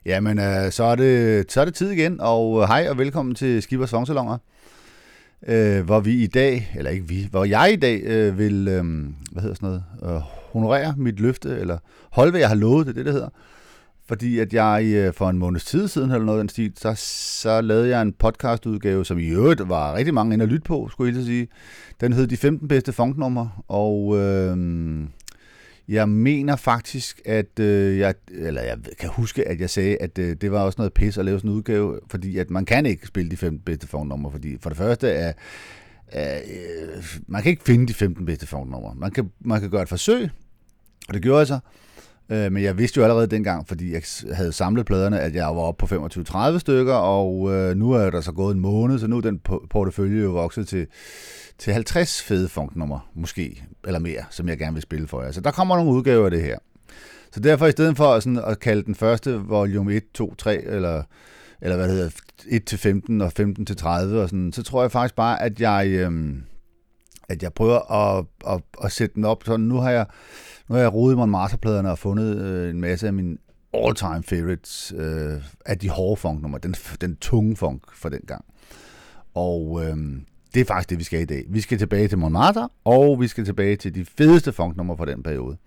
Jamen, så er det tid igen, og hej og velkommen til Skippers Fangsalonger, hvor vi i dag, eller ikke vi, hvor jeg i dag vil, honorere mit løfte, eller holde, hvad jeg har lovet, det hedder. Fordi at jeg for en måneds tid siden, eller noget af den stil, så lavede jeg en podcastudgave, som i øvrigt var rigtig mange inde at lytte på, skulle jeg lige sige. Den hed De 15 bedste funknumre, og jeg mener faktisk, at jeg kan huske, at jeg sagde, at det var også noget pis at lave sådan en udgave, fordi at man kan ikke spille de 15 bedste funknumre, fordi for det første er man kan ikke finde de 15 bedste funknumre. Man kan gøre et forsøg, og det gjorde jeg så. Men jeg vidste jo allerede dengang, fordi jeg havde samlet pladerne, at jeg var oppe på 25-30 stykker, og nu er der så gået en måned, så nu er den portefølje jo vokset til 50 fede funknumre, måske, eller mere, som jeg gerne vil spille for jer. Så der kommer nogle udgaver af det her. Så derfor i stedet for sådan at kalde den første volume 1, 2, 3, eller hvad det hedder, 1-15 og 15-30 og sådan, så tror jeg faktisk bare, at jeg prøver at sætte den op. Så nu har jeg rodet i Montmartre-pladerne og fundet en masse af mine all-time favorites af de hårde funknumre, den tunge funk fra den gang. Og det er faktisk det, vi skal i dag. Vi skal tilbage til Montmartre, og vi skal tilbage til de fedeste funknumre fra den periode.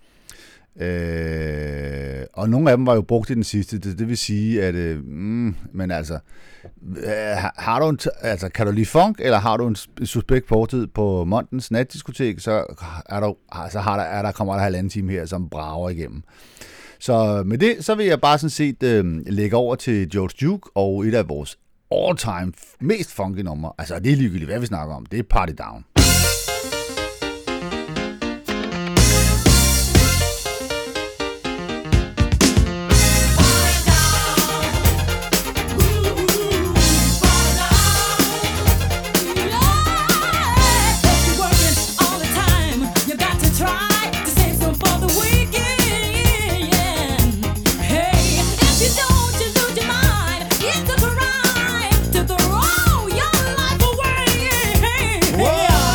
Og nogle af dem var jo brugt i den sidste, det vil sige, at men altså, kan du lide funk, eller har du en suspekt fortid på Montens natdiskotek, så kommer der halvanden time her, som brager igennem. Så med det, så vil jeg bare sådan set lægge over til George Duke og et af vores all-time mest funky numre. Altså, det er ligegyldigt, hvad vi snakker om. Det er Party Down. Whoa!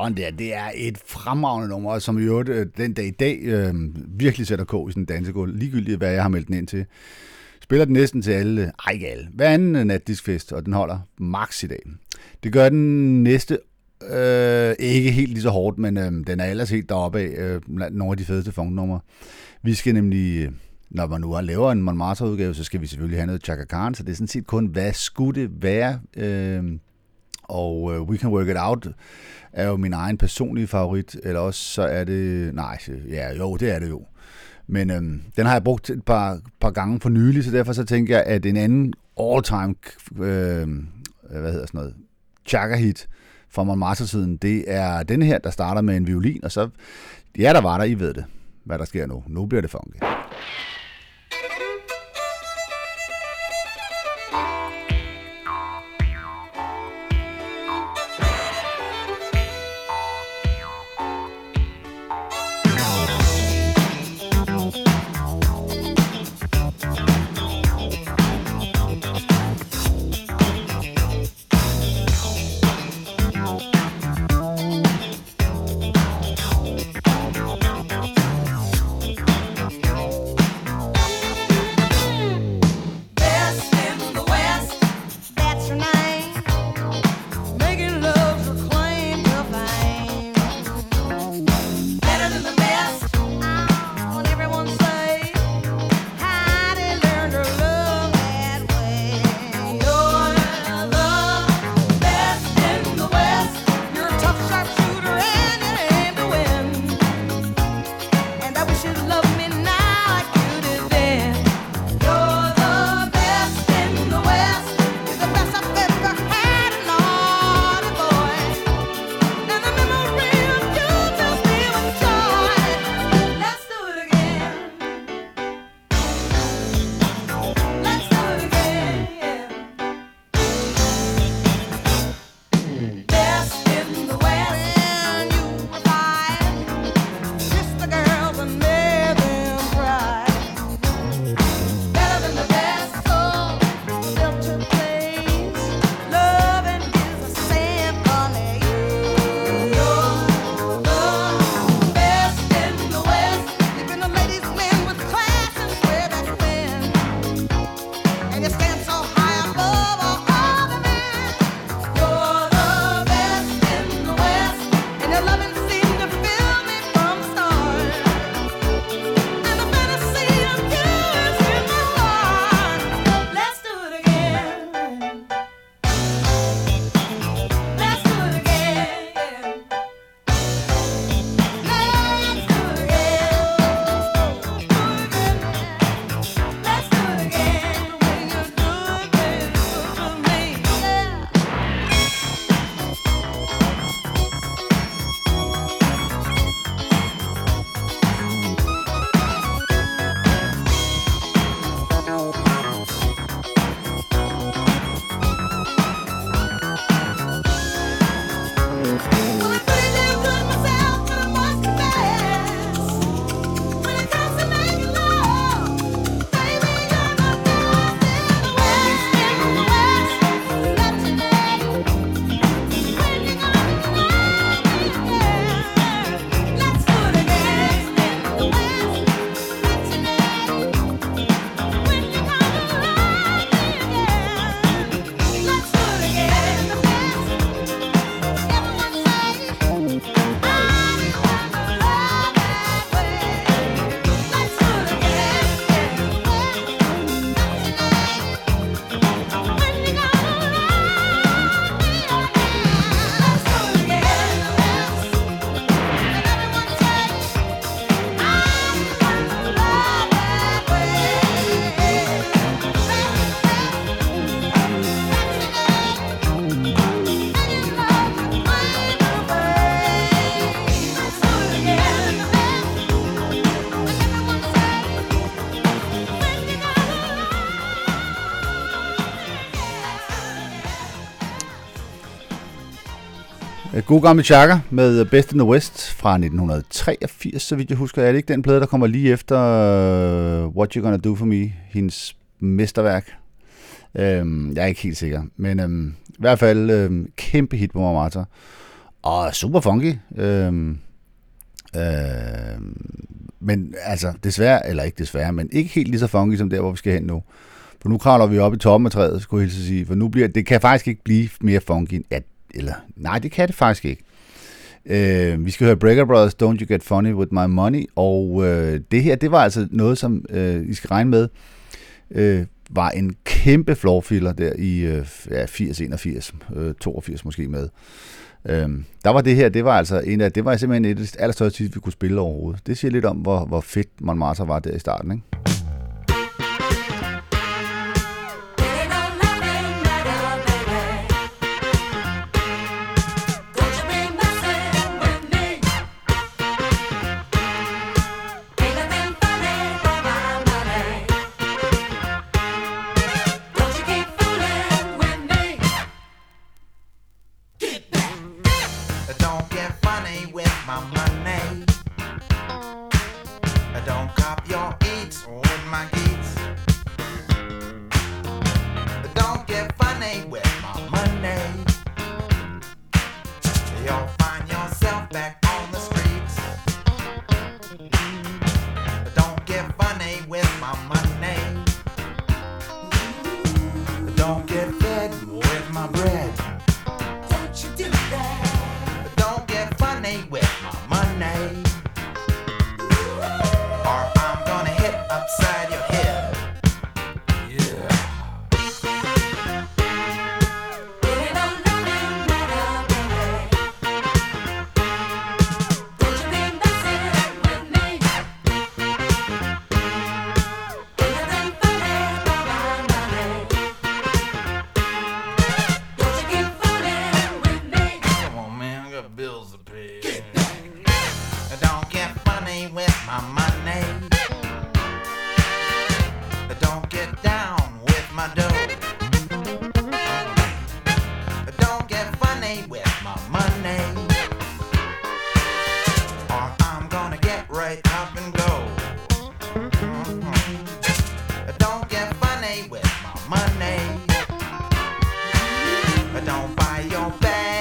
efterhånden der. Det er et fremragende nummer, som i øvrigt den dag i dag virkelig sætter kog i sådan en dansegulv, ligegyldigt hvad jeg har meldt den ind til. Spiller den næsten til alle, ikke alle, hver anden natdiskfest, og den holder max i dag. Det gør den næste ikke helt lige så hårdt, men den er ellers helt deroppe af nogle af de fedeste funknumre. Vi skal nemlig, når man nu laver en Montmartre-udgave, så skal vi selvfølgelig have noget Chaka Khan, så det er sådan set kun, hvad skulle det være? Og We Can Work It Out er jo min egen personlige favorit, eller også så er det, det er det jo. Men den har jeg brugt et par gange for nylig, så derfor så tænker jeg, at en anden all-time, Chaka-hit fra Montmartre-tiden, det er denne her, der starter med en violin, og så, der var der, I ved det, hvad der sker nu. Nu bliver det funky. God gamle Chaka med Best in the West fra 1983, så vidt jeg husker. Er det ikke den plade, der kommer lige efter What You Gonna Do For Me, hendes mesterværk? Jeg er ikke helt sikker, men i hvert fald kæmpe hit på Montmartre. Og super funky. Men altså desværre, eller ikke desværre, men ikke helt lige så funky som der, hvor vi skal hen nu. For nu kravler vi op i toppen af træet, skulle jeg hilse at sige. For nu bliver det kan faktisk ikke blive mere funky. Nej, det kan det faktisk ikke. Vi skal høre Breaker Brothers, Don't You Get Funny With My Money. Og det her, det var altså noget, som I skal regne med, var en kæmpe floorfiller der i 80, 81, 82 måske med. Der var det her, det var simpelthen et af de allerstørste hits, vi kunne spille overhovedet. Det siger lidt om, hvor fedt Montmartre var der i starten, ikke?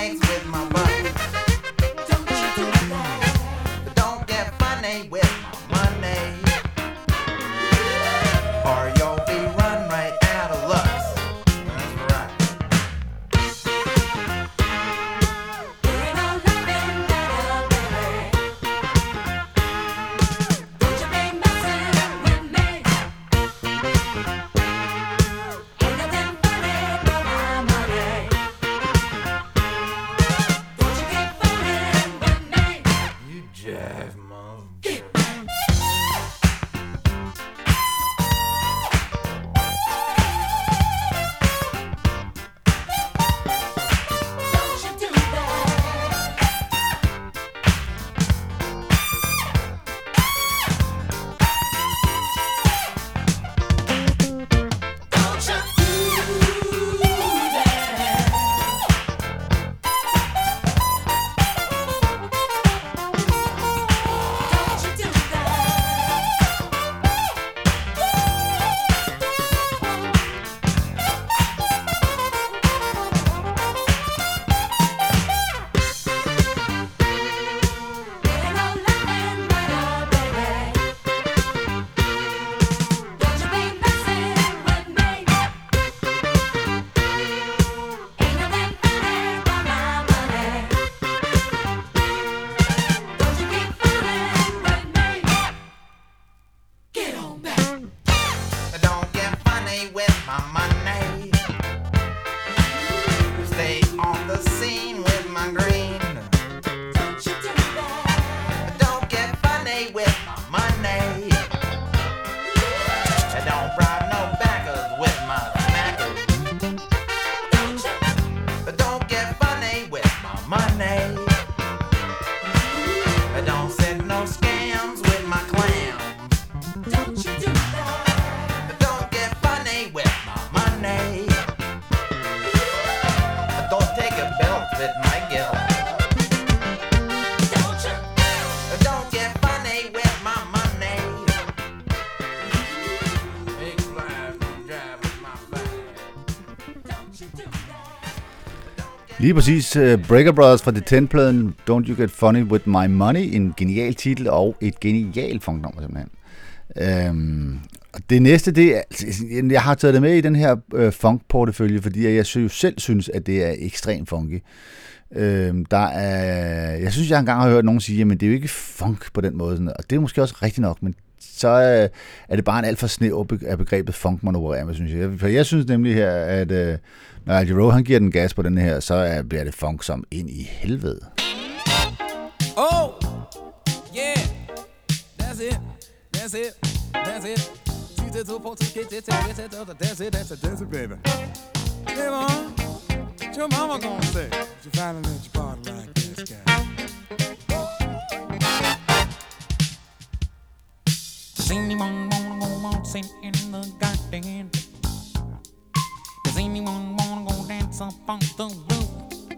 With my Lige præcis. Breaker Brothers fra The 10-pladen, Don't You Get Funny With My Money. En genial titel og et genialt funknummer simpelthen. Det næste, jeg har taget det med i den her funk-portefølje, fordi jeg selv synes, at det er ekstremt funky. Jeg synes, jeg engang har hørt nogen sige, at det er jo ikke funk på den måde, sådan, og det er måske også rigtigt nok, men så er det bare en alt for snæver af begrebet funk, man opererer med, synes jeg. For jeg synes nemlig her, at når Al Jarreau, han giver den gas på den her, så bliver det funk som ind i helvede. Oh, yeah, that's it, that's it, that's it. That's it, baby. Hey, mom, what your mama gonna say? You finally let your body like this guy. Does anyone wanna go waltzing in the garden? Does anyone wanna go dance up on the roof?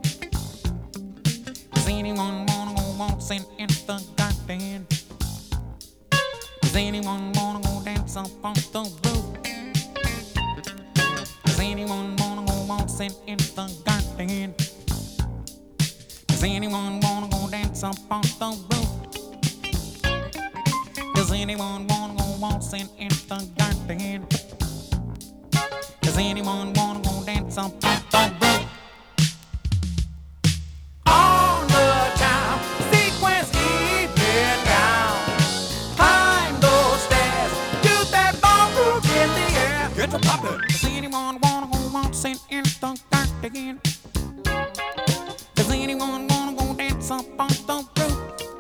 Does anyone wanna go waltzing in the garden? Does anyone wanna go dance up on the roof? Does anyone wanna go waltzing in the garden? Does anyone wanna go dance up on the roof? Does anyone wanna go waltzing in the garden? Does anyone wanna go dance up on the roof? On the time, sequence even down. Climb those stairs, do that ballroom in the air. Get to poppin'. Does anyone wanna go waltzing in the garden? Does anyone wanna go dance up on the roof?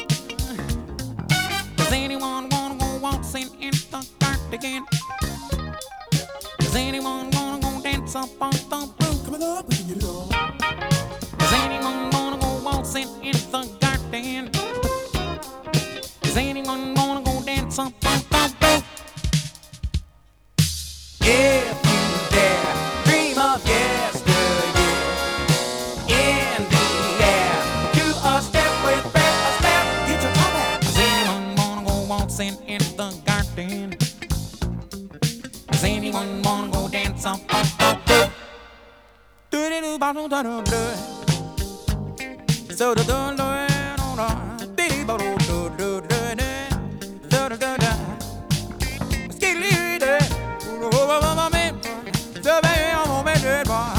Does anyone wanna go waltzing in the garden? Does anyone wanna go dance up on the roof? Coming up, we can get it on. Does anyone wanna go waltzing in the garden? Does anyone wanna go dance up on the roof? If you dare, dream of yesteryear. In the air, do a step with breath, a step, get your top back. Does anyone wanna go waltzing in the garden? Does anyone wanna go dance up on the roof? Do-do-do-ba-do-da-do-do. So-do-do-do-do-do. Dee-dee-ba-do-do-do-do-do. Do-do-do-do. Skiddy-dee-dee. Oh-oh-oh-oh-oh-man. So-ba-oh-oh-man-dee-ba.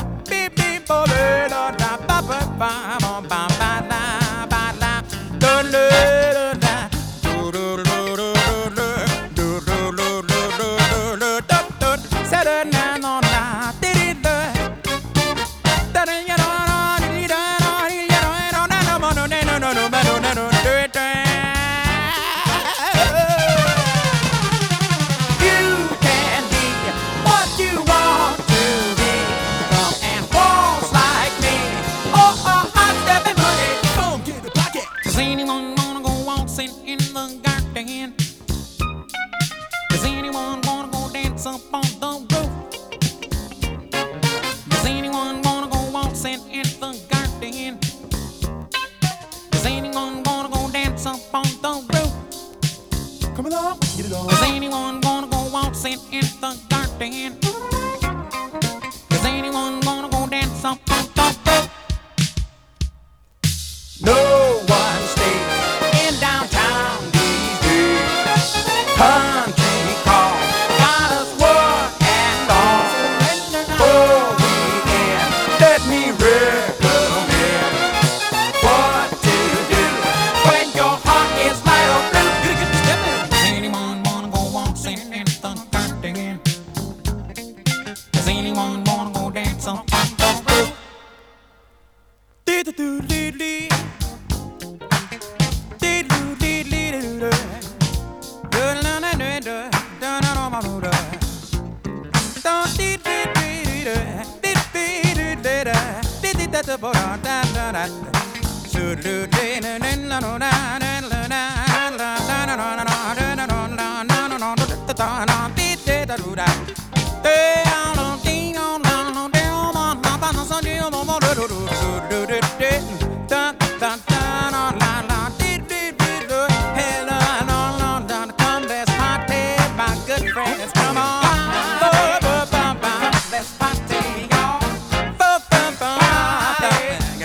Beep-beep-bo-dee-da-da-ba-ba-ba-ba-ba-ba-ba-ba. Do-do-do-do-da. Do-do-do-do-do-do. Do-do-do-do-do-do-do. Sa-da-na-na-na. Dee-dee-do. Does anyone wanna go dance up on the roof? Does anyone wanna go waltzing in the garden? Does anyone wanna go dance up on the roof? Come along, get it on. Does anyone wanna go waltzing in the garden? Does anyone wanna go dance up on the roof? No one stays in downtown these days. Country call, got us work and all. For weekend, let me recommend what to do when your heart is light or blue. You get to step in. Does anyone wanna go waltzing in the garden? Does anyone wanna go dance on the roof? Dee-doo-doo-dee-dee. Come on. Let's party, y'all.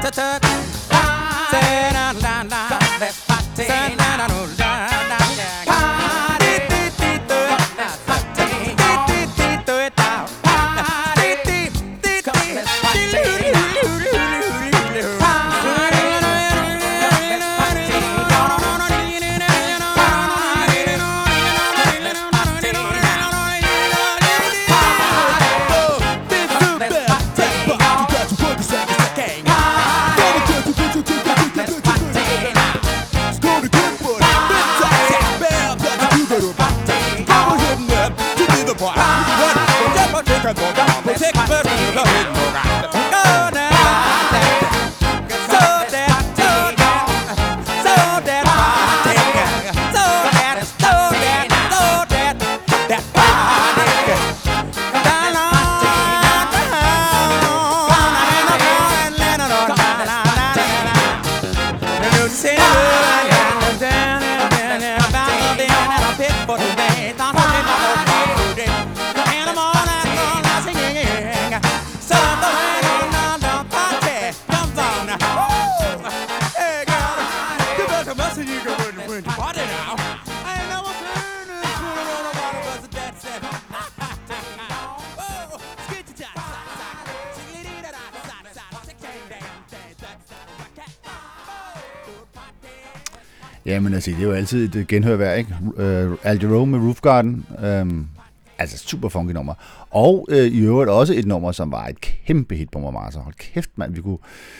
Jamen altså, det er jo altid et genhør værd, ikke? Al Jarreau med Roof Garden, altså super funky nummer. Og i øvrigt også et nummer, som var et kæmpe hit på Montmartre. Hold kæft, mand, vi kunne...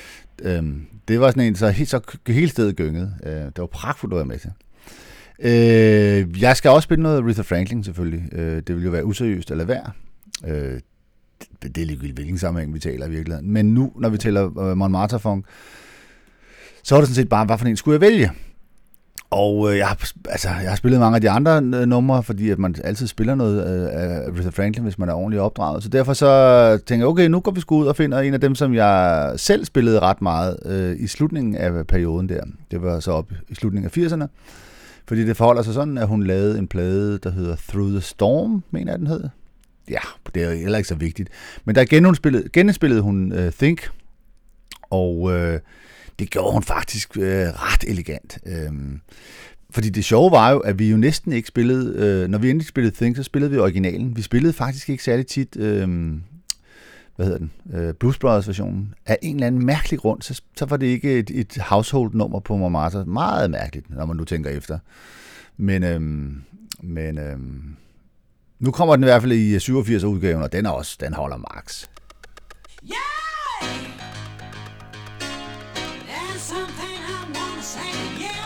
det var sådan en, så hele stedet gyngede. Det var pragtfuldt at være med til. Jeg skal også spille noget Aretha Franklin, selvfølgelig. Det vil jo være useriøst at lade være. Det er ligegyldigt, hvilken sammenhæng vi taler i virkeligheden. Men nu, når vi taler Montmartre Funk, så er det sådan set bare, hvad for en skulle jeg vælge? Og jeg har spillet mange af de andre numre, fordi at man altid spiller noget af Aretha Franklin, hvis man er ordentligt opdraget. Så derfor så tænker jeg, okay, nu går vi sgu ud og finder en af dem, som jeg selv spillede ret meget i slutningen af perioden der. Det var så op i slutningen af 80'erne. Fordi det forholder sig sådan, at hun lavede en plade, der hedder Through the Storm, mener jeg den hed. Ja, det er heller ikke så vigtigt. Men der genindspillede hun Think, og det gjorde hun faktisk ret elegant. Fordi det sjove var jo, at vi jo næsten ikke spillede, når vi endelig spillede Think, så spillede vi originalen. Vi spillede faktisk ikke særlig tit, Blues Brothers versionen. Af en eller anden mærkelig grund, så var det ikke et household nummer på Montmartre. Meget mærkeligt, når man nu tænker efter. Men nu kommer den i hvert fald i 87-udgaven, og den holder max. Yeah! There's something I wanna say to you.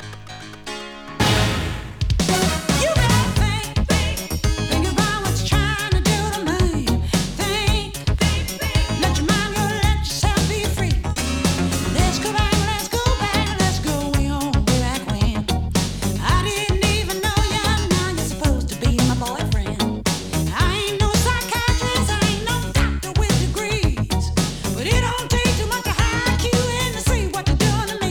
You gotta think about what you're trying to do to me. Think, let your mind go, let yourself be free. Let's go back, let's go way back when. I didn't even know you, now you're supposed to be my boyfriend. I ain't no psychiatrist, I ain't no doctor with degrees, but it don't take too much to hide you and to see what you're doing to me.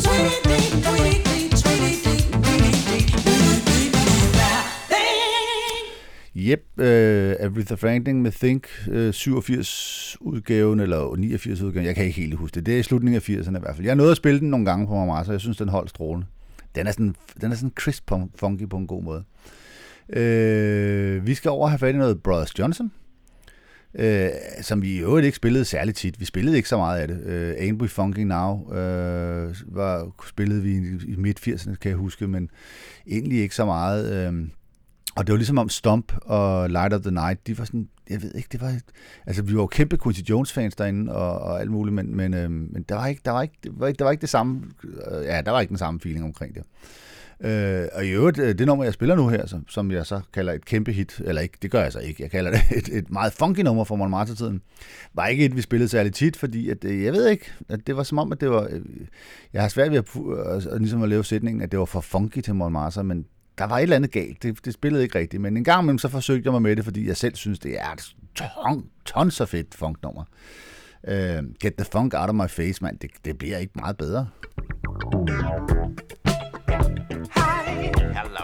Yep, Aretha Franklin med Think, 87-udgaven eller 89-udgaven, jeg kan ikke helt huske det. Det er i slutningen af 80'erne i hvert fald. Jeg nåede at spille den nogle gange på Mombasa, så jeg synes, den holdt strålende. Den er sådan crisp funky på en god måde. Vi skal over have fat i noget Brothers Johnson, som vi i øvrigt ikke spillede særligt tit. Vi spillede ikke så meget af det. Ain't We Funky Now spillede vi i midt-80'erne, kan jeg huske, men egentlig ikke så meget. Og det var ligesom om Stomp og Light of the Night, de var sådan, jeg ved ikke, det var, altså vi var jo kæmpe Quincy Jones fans derinde og alt muligt, men der var ikke det samme, der var ikke den samme feeling omkring det. Og i øvrigt, det nummer, jeg spiller nu her, som jeg så kalder et kæmpe hit, eller ikke, det gør jeg så ikke, jeg kalder det et meget funky nummer fra Montmartre-tiden, var ikke et, vi spillede særligt tit, fordi at, jeg ved ikke, at det var som om, at det var, jeg har svært ved at ligesom at lave sætningen, at det var for funky til Montmartre, men der var et eller andet galt, det spillede ikke rigtigt, men en gang imellem så forsøgte jeg mig med det, fordi jeg selv synes, det er et tons af fedt funknummer. Get the funk out of my face, man, det bliver ikke meget bedre. Hello.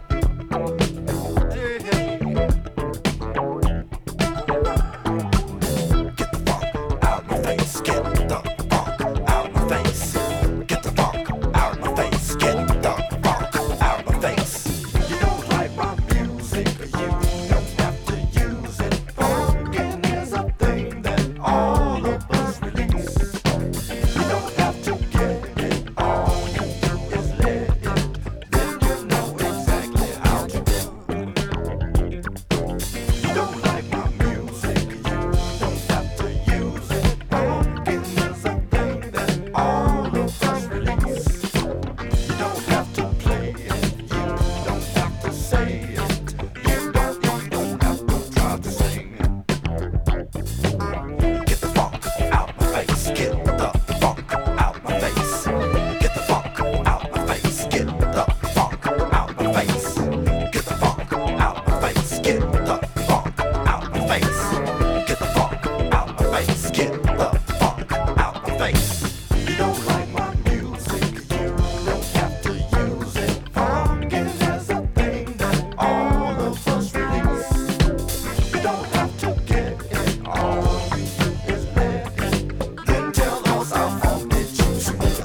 Get the funk out my face. Get the funk out my face. Get the funk out my face. Get the funk out my face. You don't like my music, you don't have to use it. Funkin' is a thing that all of us release. You don't have to get it, all you do is let it. Then you know exactly how to do. You don't like my music, you don't have to use it. Funkin' is a thing that all of us release. You don't have to play it, you don't have to say it. You don't have to try to sing it. Get the funk out my face, get the funk out my face. Get the funk out my face, get the funk out my face. Get the funk out my face, get the funk out my face. Get the funk out my face, get the funk out my face. You don't like my music, you don't have to use it. Funkin' is a thing that all of us release. You don't have to get it, all you do is let it. Then tell us how funk did you feel.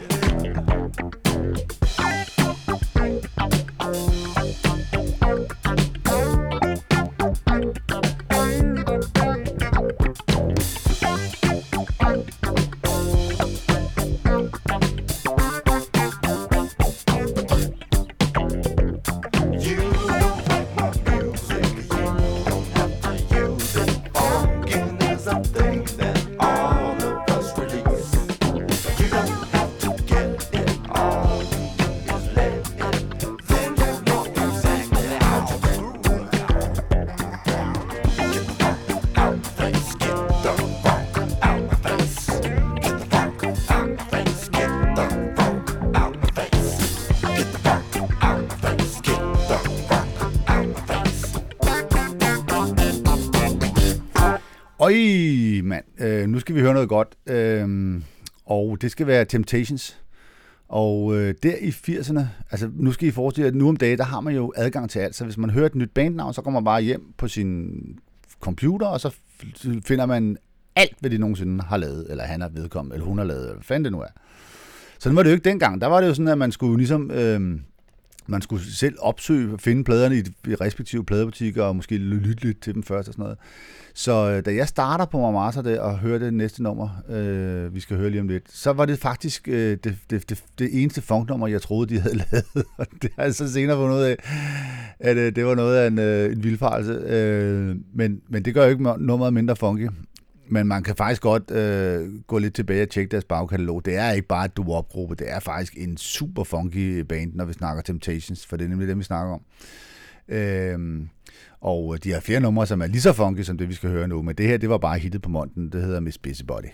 You don't like my music, you don't have to use it. Funkin' is a thing that all of us release. You don't have to get it, all you do is let it. Then you know exactly how to groove. Get the funk out my face, get the funk out my face. Get the funk out my face, get the funk out my face. Get the funk out my face, get the funk out my face. Øj, mand, nu skal vi høre noget godt, og det skal være Temptations. Og der i 80'erne, altså nu skal I forestille jer, at nu om dagen, der har man jo adgang til alt. Så hvis man hører et nyt bandnavn, så kommer man bare hjem på sin computer, og så finder man alt, hvad de nogensinde har lavet, eller han har vedkommet, eller hun har lavet, eller hvad fanden det nu er. Sådan var det jo ikke dengang. Der var det jo sådan, at man skulle ligesom... man skulle selv opsøge, finde pladerne i de respektive pladebutikker, og måske lytte lidt til dem først og sådan noget. Så da jeg starter på Montmartre der, og hører det næste nummer, vi skal høre lige om lidt, så var det faktisk det eneste funknummer, jeg troede, de havde lavet. Og det har jeg så senere fundet ud af, at det var noget af en vildfarelse. Men det gør jo ikke nummeret mindre funky. Men man kan faktisk godt gå lidt tilbage og tjekke deres bagkatalog. Det er ikke bare et doo-wop-gruppe, det er faktisk en super funky band, når vi snakker Temptations, for det er nemlig dem, vi snakker om. Og de har flere numre, som er lige så funky som det, vi skal høre nu, men det her, det var bare hittet på monten. Det hedder Miss Busybody.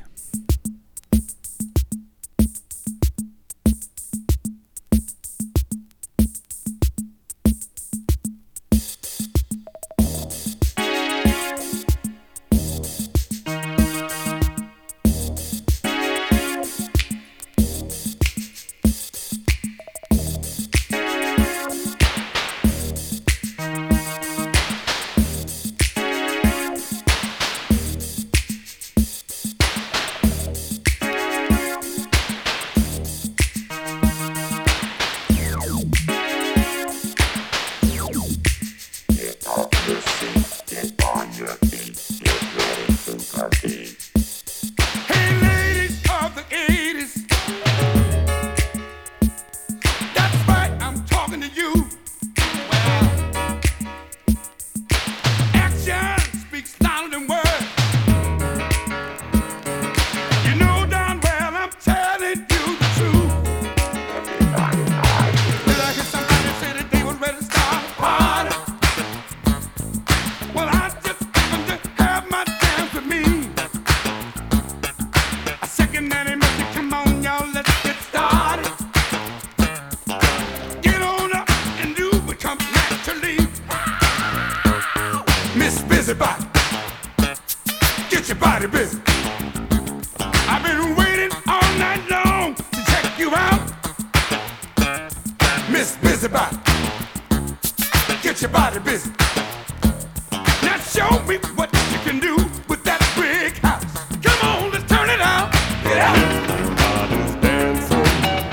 Miss Busybody, get your body busy. Now show me what you can do with that big house. Come on, let's turn it out. Get out. Everybody's dancing.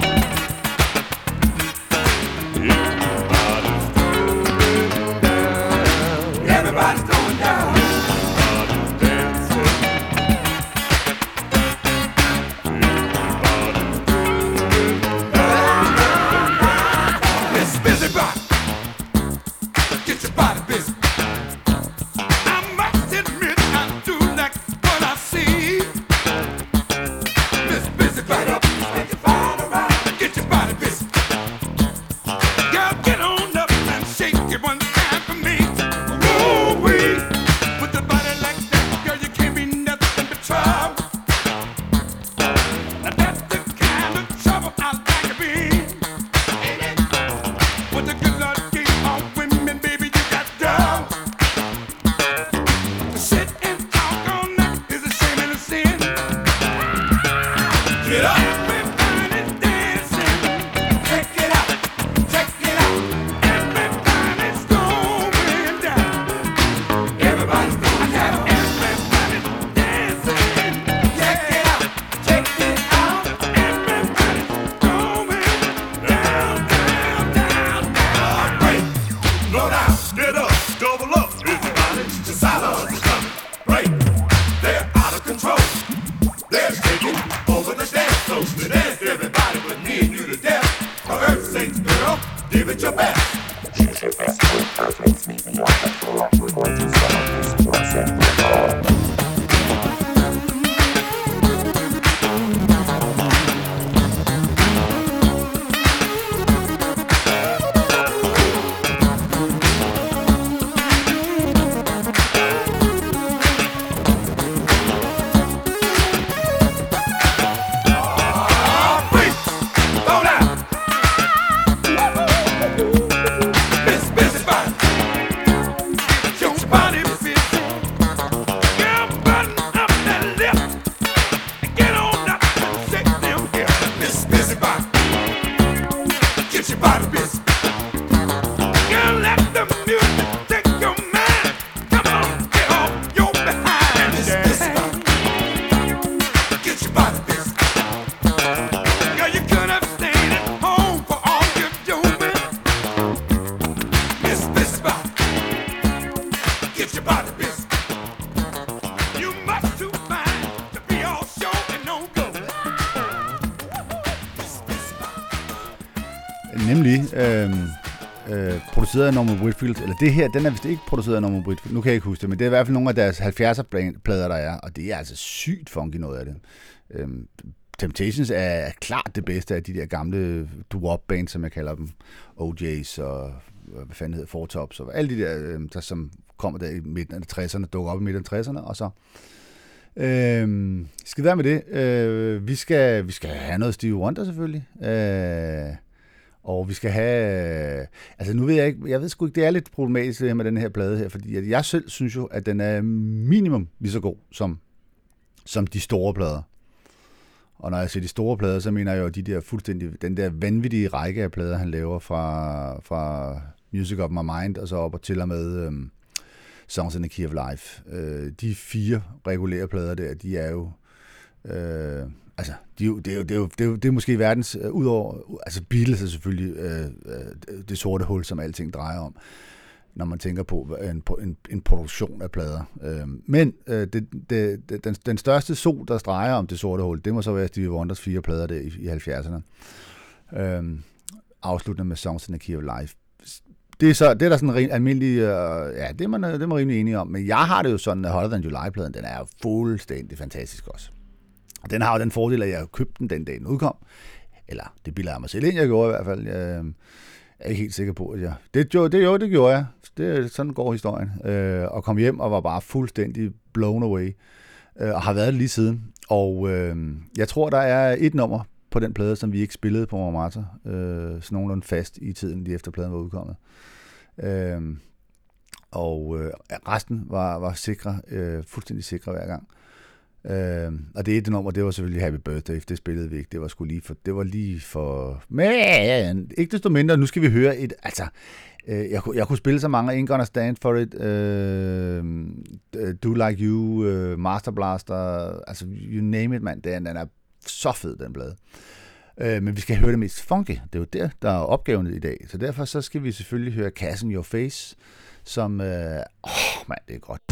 Everybody's going down. Everybody's dancing. Miss Busybody, get your body busy. I must admit I do like what I see. Miss Busybody, get your body right. Get your body busy. Girl, get on up and shake it one time for me. Ooh-wee. With a body like that, girl, you can't be nothing but trouble. Now that's the kind of trouble I like to be in. What the good Lord gave all women, baby, you got done. To sit and talk all night is a shame and a sin. Get up, everybody's dancing. Check it out, check it out. Everybody's going down. Everybody's going down. Everybody's dancing. Check it out, check it out. Everybody's going down, down, down, down. Break, slow down, get up, double up. Everybody, the silence is coming. Break, they're out of control. They're taking over the dance floor. The dance, everybody, but me and you to death. For Earth's sake, girl, give it your best. Choose your best food, perfect, meet me on the floor. We're going to settle this to our sample call. Break, slow down. Miss Busybody, get your body busy. Girl, button up that lip and get on up and shake them hips. Miss Busybody, get your body busy. Girl, let the music take your mind. Come on, get off your behind. Miss Busybody, get your body busy. Girl, you could have stayed at home for all you're doing. Miss Busybody, get your body busy. You must too fine to be all show and no go. Miss Busybody. Nemlig produceret af Norman Whitfield, eller det her, den er vist ikke produceret af Norman Whitfield, nu kan jeg ikke huske det, men det er i hvert fald nogle af deres 70'er-plader, der er, og det er altså sygt funky noget af det. Temptations er klart det bedste af de der gamle doo-wop-bands, som jeg kalder dem, OJ's og hvad fanden hedder, Four Tops, og alle de der som kommer der i midten af 60'erne, dukker op i midten af 60'erne, og så skal vi være med det. Vi skal have noget Stevie Wonder selvfølgelig. Og vi skal have... Altså nu ved jeg ved sgu ikke, det er lidt problematisk det her med den her plade her, fordi jeg selv synes jo, at den er minimum lige så god som de store plader. Og når jeg siger de store plader, så mener jeg jo de der fuldstændig, den der vanvittige række af plader, han laver fra Music of My Mind og så op og til og med Songs in the Key of Life. De 4 regulære plader der, de er jo... Altså, det er måske verdens, udover, altså Beatles er selvfølgelig det sorte hul, som alting drejer om, når man tænker på en produktion af plader. Men den største sol, der drejer om det sorte hul, det må så være Stevie Wonders 4 plader der i 70'erne. Afsluttende med Songs in the Key of Life. Det er der sådan almindelig, ja, det er man rimelig enige om, men jeg har det jo sådan, at Hotter Than July-pladen, den er jo fuldstændig fantastisk også. Den har jo den fordel, at jeg købte den dag, den udkom. Eller, det bilder jeg mig selv ind, jeg gjorde i hvert fald. Jeg er ikke helt sikker på, at jeg... Det gjorde jeg. Sådan går historien. Og kom hjem og var bare fuldstændig blown away. Og har været det lige siden. Og jeg tror, der er et nummer på den plade, som vi ikke spillede på Montmartre. Sådan nogenlunde fast i tiden, lige efter pladen var udkommet. Og resten var sikre, fuldstændig sikre hver gang. Og det nummer, det var selvfølgelig Happy Birthday, det spillede vi ikke. Det var lige for... Men ikke desto mindre, nu skal vi høre et... Altså, jeg kunne spille så mange, Ain't Gonna Stand For It, Do Like You, Master Blaster, altså you name it, mand. Den er så fed, den blade. Men vi skal høre det mest funky. Det er jo der er opgaven i dag. Så derfor så skal vi selvfølgelig høre Cash in Your Face, som... mand, det er godt.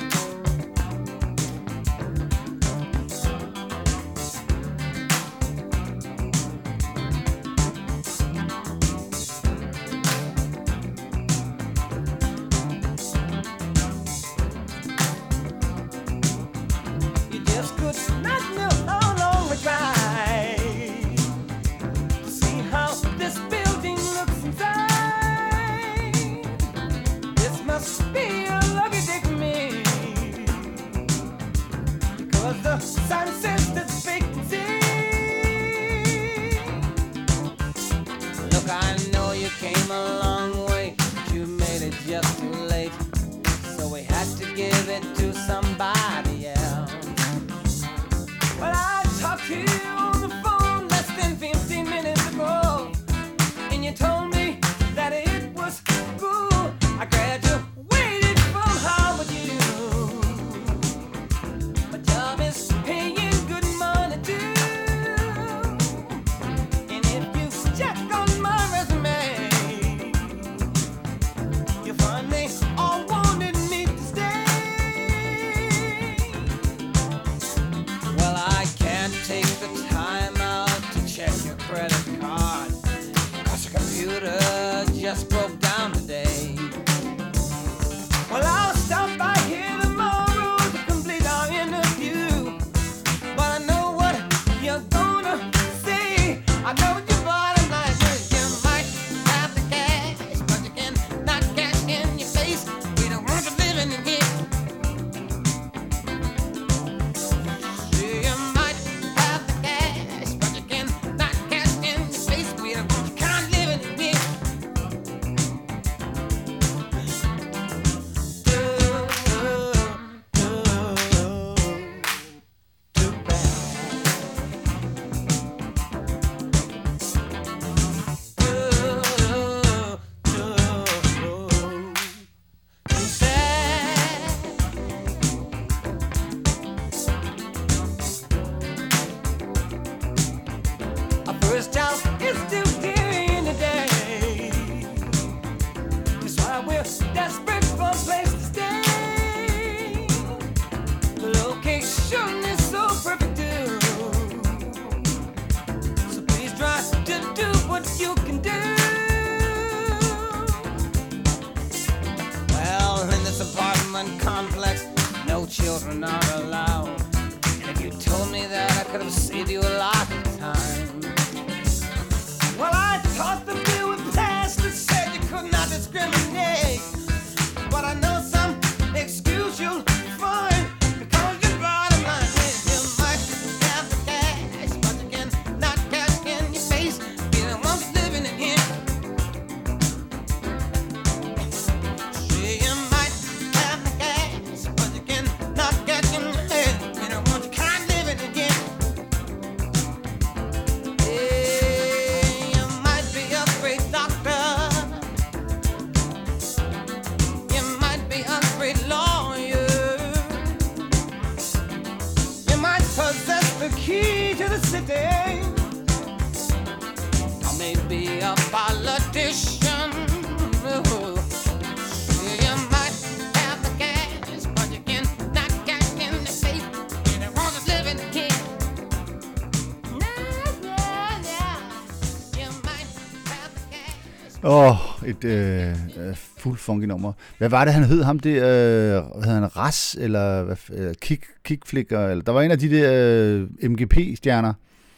Et fuld funky nummer. Hvad var det, han hed? Ham det, hed han Ras, eller Kickflicker, eller der var en af de der MGP-stjerner,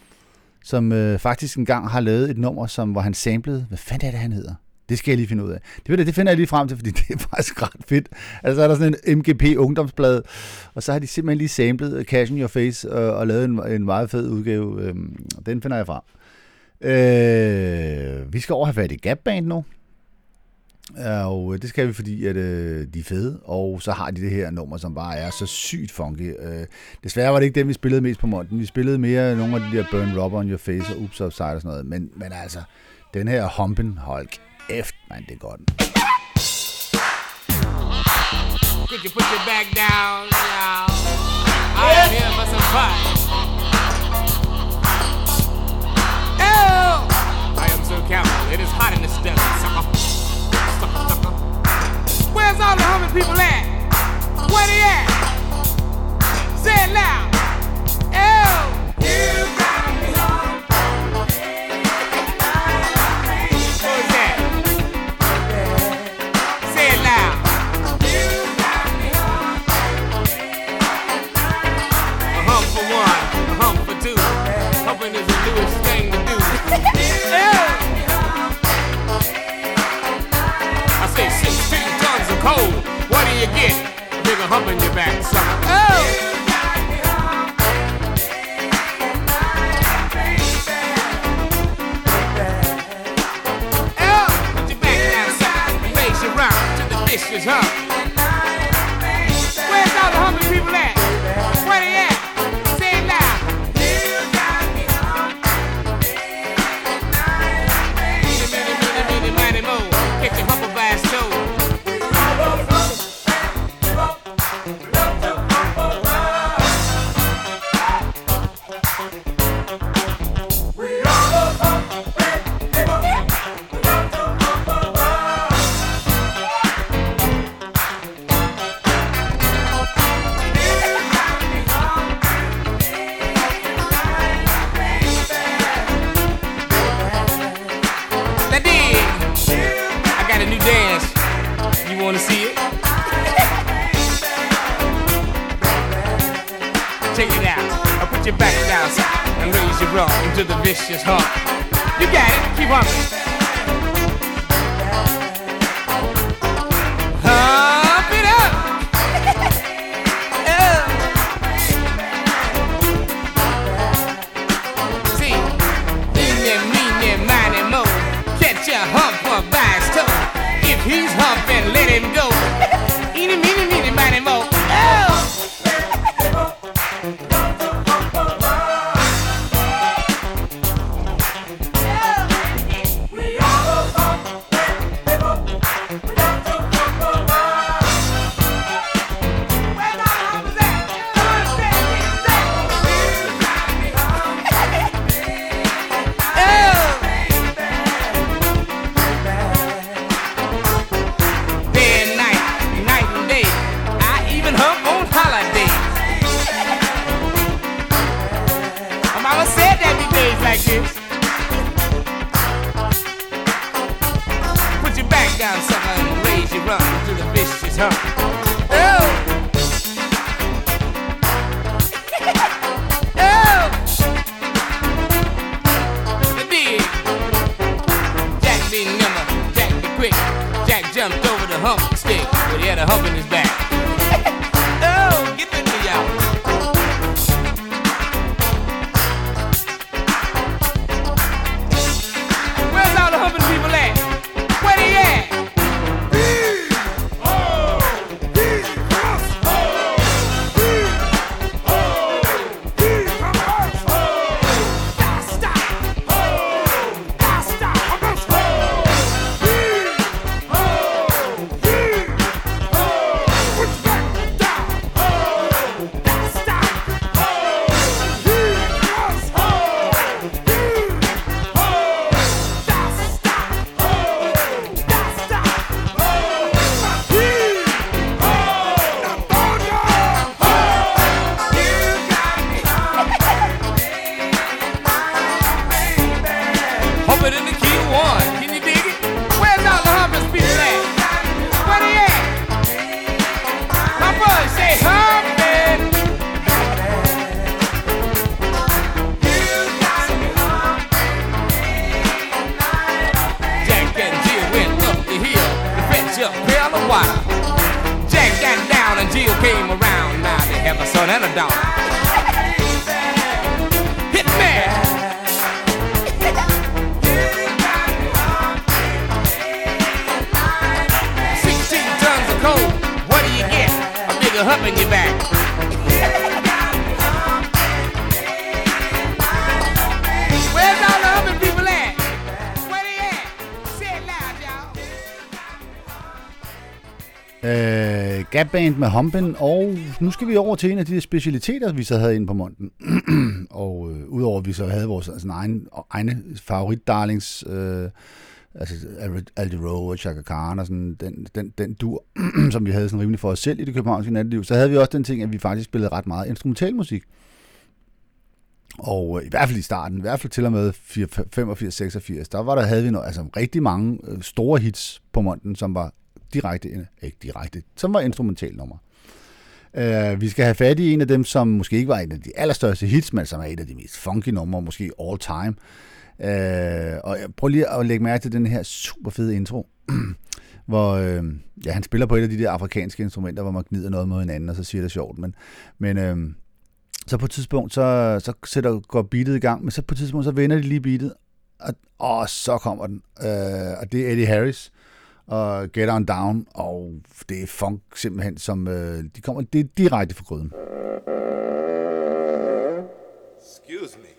som faktisk engang har lavet et nummer, hvor han samplede. Hvad fanden er det, han hedder? Det skal jeg lige finde ud af. Det finder jeg lige frem til, fordi det er faktisk ret fedt. Altså, så er der sådan en MGP-ungdomsblad, og så har de simpelthen lige samlet Cash in Your Face og lavet en meget fed udgave. Den finder jeg frem. Vi skal over have fat i Gap Band nu. Og det skal vi, fordi at, de er fede, og så har de det her nummer, som bare er så sygt funky. Desværre var det ikke dem, vi spillede mest på Monten. Vi spillede mere nogle af de der Burn Rubber on Your Face og Oops Upside og sådan noget. Men altså, den her Humpen, hold kæft, man, det er godt. Could you put your back down, y'all? I am here for some fun. Oh! I am so careful. It is hot in this desert, sucker. Sucker, sucker. Where's all the humming people at? Where they at? Say it loud. Oh! You got me on. What was that? Say it loud. For one, a hump for two. Humping is the newest thing to do. I say 16 tons of coal. What do you get? A bigger hump in your back, sucker. Oh! Put your back down, sucker. Face you round to the vicious hump. Where's all the humping people at? Where they at? Get your humble bass toe. Wanna see it? Check it out. I'll put your back down and raise your rump into the vicious hump. You got it. Keep humping. Hump it up. Oh. See, meeny, miny, mo. Catch a hump for by his toe. If he's humping, let him go. Eeny, miny, mo. Oh! Like this. Put your back down, sucker, and raise your rump to the vicious hump. Oh! Oh! The big Jack be nimble, Jack be quick. Jack jumped over the hump stick, but he had a hump in his back. Oh, get with me, y'all. People at? Where they at? Humping in the key one. Can you dig it? Where's all the humpers people at? Where they at? My boy say humping. Jack and Jill went up the hill to fetch up pail of water. Jack got down and Jill came around. Now they have a son and a daughter. Hit me. hump in your back. Where's all the humping people at? Where they at? Say it loud, y'all. Gap Band med Humpin', og nu skal vi over til en af de specialiteter, vi så havde inde på Monten. Og udover at vi så havde vores egne favorit-darlings, altså Aldi Rowe og Chaka Khan og sådan den dur, som vi havde sådan rimelig for os selv i det københavnske natteliv, så havde vi også den ting, at vi faktisk spillede ret meget instrumentalmusik. Og i hvert fald i starten, i hvert fald til og med 85-86, der havde vi rigtig mange store hits på Monten, som var som var instrumentalnummer. Vi skal have fat i en af dem, som måske ikke var en af de allerstørste hits, men som er et af de mest funky numre, måske all time. Og jeg prøver lige at lægge mærke til den her super fede intro, hvor han spiller på et af de der afrikanske instrumenter, hvor man gnider noget mod hinanden, og så siger det sjovt. Men så på et tidspunkt, så går beatet i gang, men så på et tidspunkt, så vender de lige beatet, og så kommer den. Og det er Eddie Harris og Get On Down, og det er funk simpelthen, som det er direkte fra gryden. Excuse me.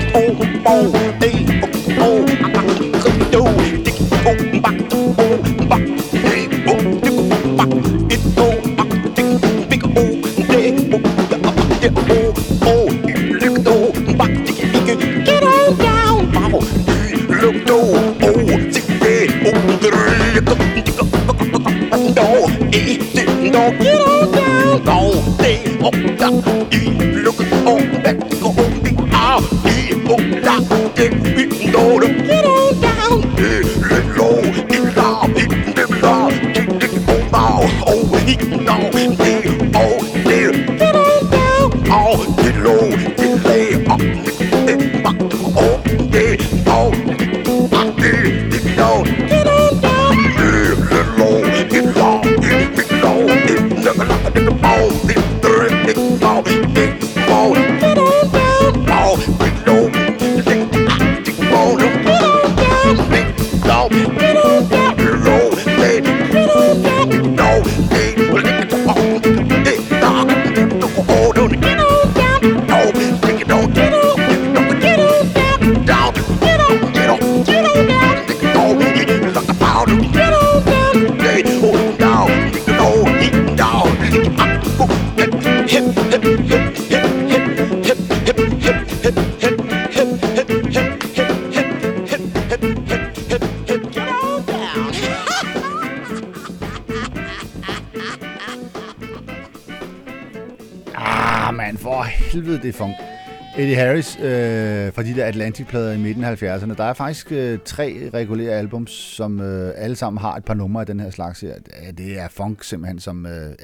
Man, for helvede, det er funk. Eddie Harris fra de der Atlantic-plader i midten af 70'erne. Der er faktisk 3 regulære albums, som alle sammen har et par numre af den her slags her. Det er funk simpelthen, som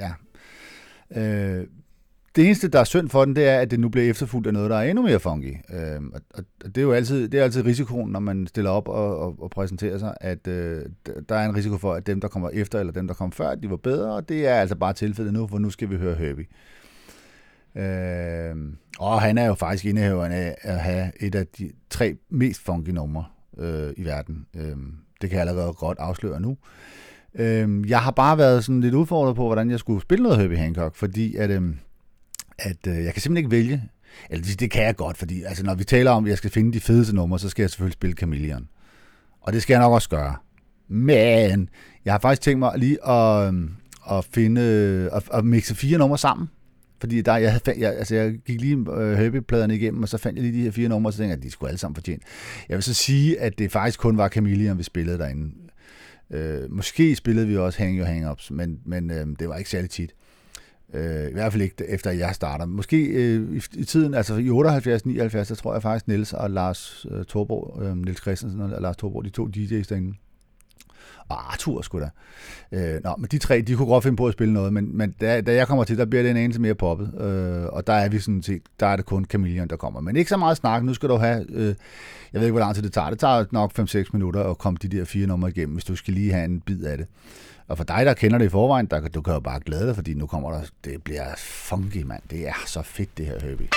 det eneste, der er synd for den, det er, at det nu bliver efterfulgt af noget, der er endnu mere funky. Og det er jo altid risikoen, når man stiller op og præsenterer sig, at der er en risiko for, at dem, der kommer efter, eller dem, der kommer før, de var bedre, og det er altså bare tilfældet nu, for nu skal vi høre Herbie. Og han er jo faktisk indehaveren af at have et af de 3 mest funky numre i verden. Det kan jeg allerede godt afsløre nu. Jeg har bare været sådan lidt udfordret på, hvordan jeg skulle spille noget Herbie Hancock, fordi at jeg kan simpelthen ikke vælge. Eller det kan jeg godt, fordi altså, når vi taler om, at jeg skal finde de fedeste numre, så skal jeg selvfølgelig spille Chameleon. Og det skal jeg nok også gøre. Men jeg har faktisk tænkt mig lige at finde at mixe 4 numre sammen. Fordi jeg gik lige Herbie-pladerne igennem, og så fandt jeg lige de her 4 numre, og så tænkte jeg, at de skulle alle sammen fortjene. Jeg vil så sige, at det faktisk kun var Chameleon, vi spillede derinde. Måske spillede vi også Hang Your Hang-Ups, men det var ikke særlig tit. I hvert fald ikke efter jeg starter. Måske i tiden, altså i 78-79, så tror jeg faktisk Niels og Lars Torborg, Niels Christensen og Lars Torborg, de 2 DJ's derinde. Og Arthur sgu da. Men de 3, de kunne godt finde på at spille noget, men da jeg kommer til, der bliver det en anelse mere poppet. Og der er vi sådan set, der er det kun Chameleon, der kommer. Men ikke så meget snak. Nu skal du have, jeg ved ikke, hvor lang tid det tager. Det tager nok 5-6 minutter at komme de der 4 numre igennem, hvis du skal lige have en bid af det. Og for dig, der kender det i forvejen, du kan jo bare glæde dig, fordi nu kommer der, det bliver funky, mand. Det er så fedt, det her Herbie.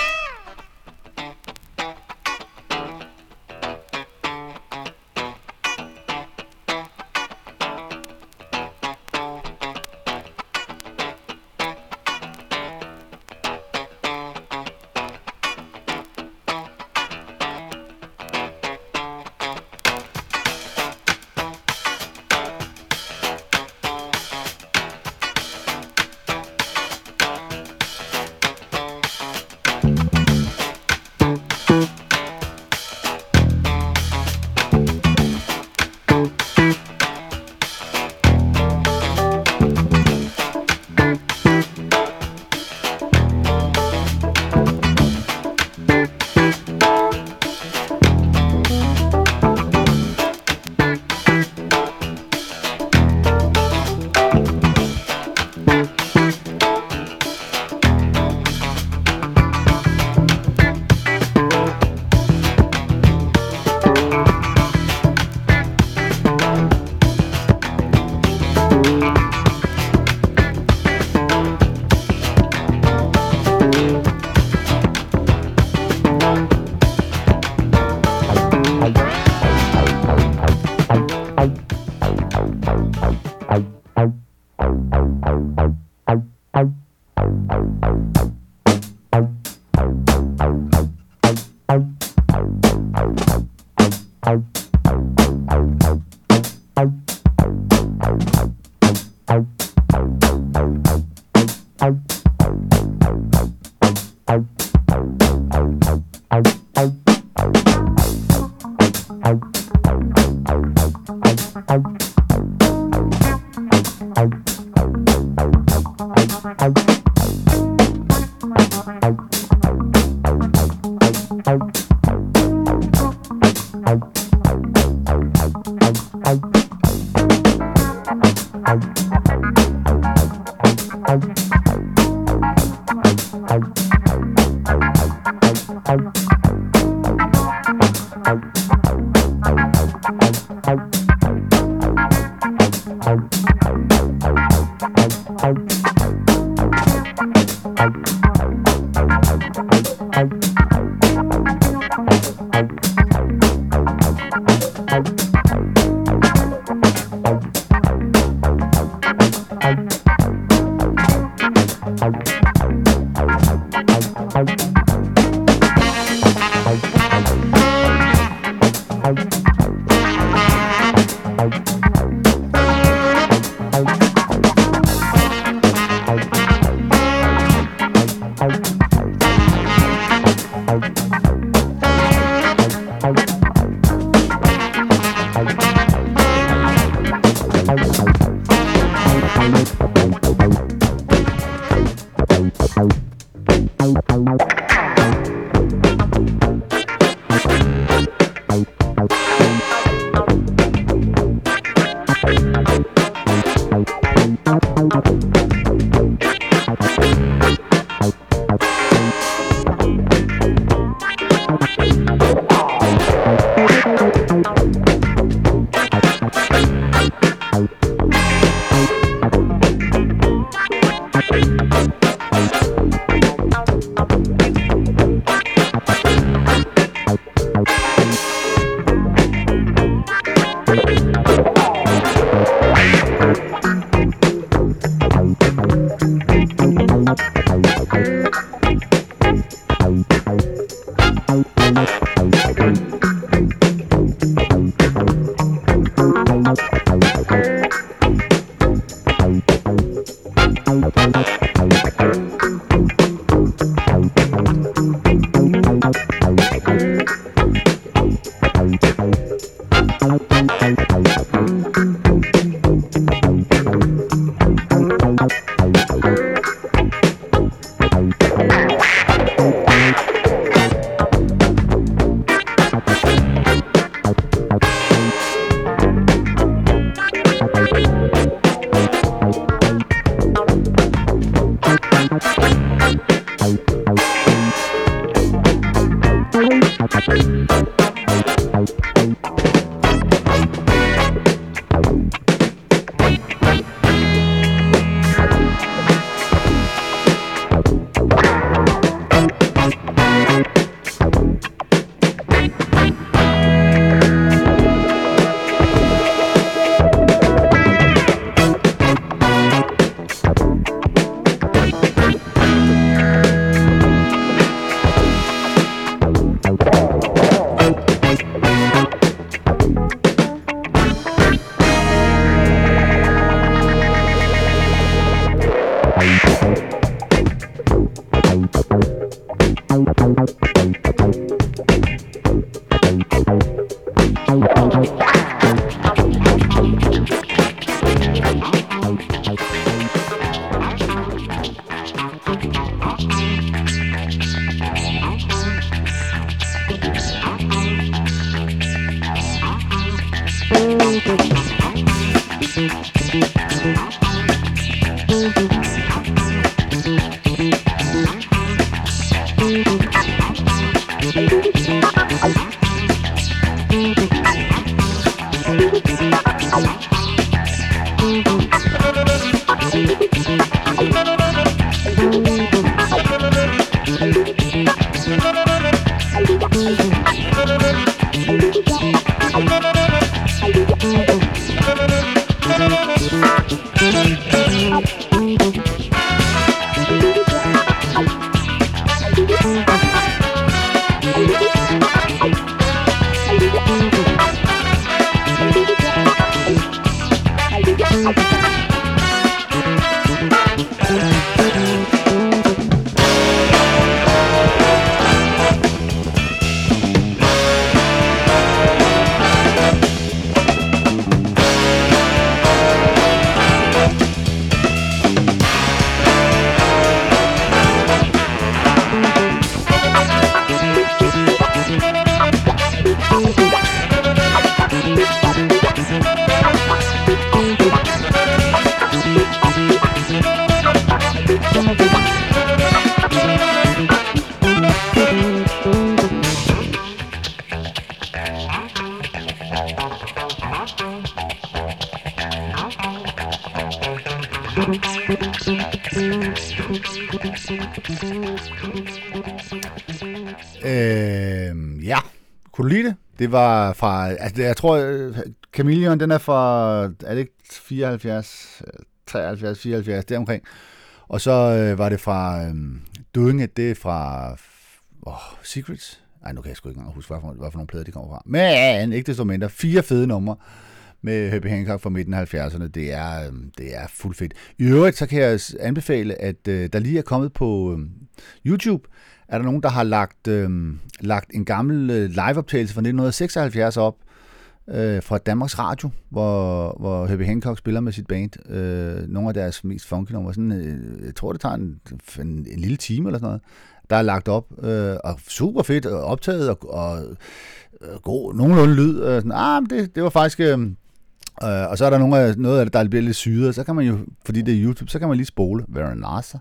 Ja, kunne du lide det? Det var fra, altså jeg tror, Chameleon, den er fra, er det ikke 74, 73, 74, deromkring. Og så var det fra Doing It, det er fra Secrets. Nej, nu kan jeg sgu ikke engang huske, hvad for nogle plader de kommer fra. Men ikke desto mindre, 4 fede numre med Herbie Hancock fra midten af 70'erne. Det er fuldt fedt. I øvrigt, så kan jeg anbefale, at der lige er kommet på YouTube, er der nogen, der har lagt en gammel liveoptagelse fra 1976 op fra Danmarks Radio, hvor Herbie Hancock spiller med sit band. Nogle af deres mest funky numre. Jeg tror, det tager en lille time eller sådan noget. Der er lagt op, og super fedt optaget, og god, nogenlunde lyd. Det var faktisk... og så er der noget af det, der bliver lidt syret, så kan man jo, fordi det er YouTube, så kan man lige spole. Very nice.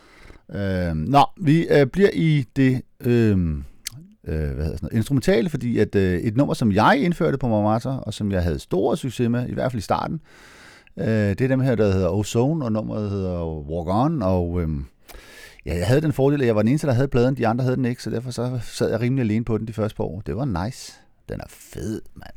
Vi bliver i det instrumentale, fordi at et nummer, som jeg indførte på Montmartre, og som jeg havde stor succes med, i hvert fald i starten, det er dem her, der hedder Ozone, og nummeret hedder Walk On, og jeg havde den fordel, at jeg var den eneste, der havde pladen, de andre havde den ikke, så derfor så sad jeg rimelig alene på den de første par år. Det var nice. Den er fed, mand.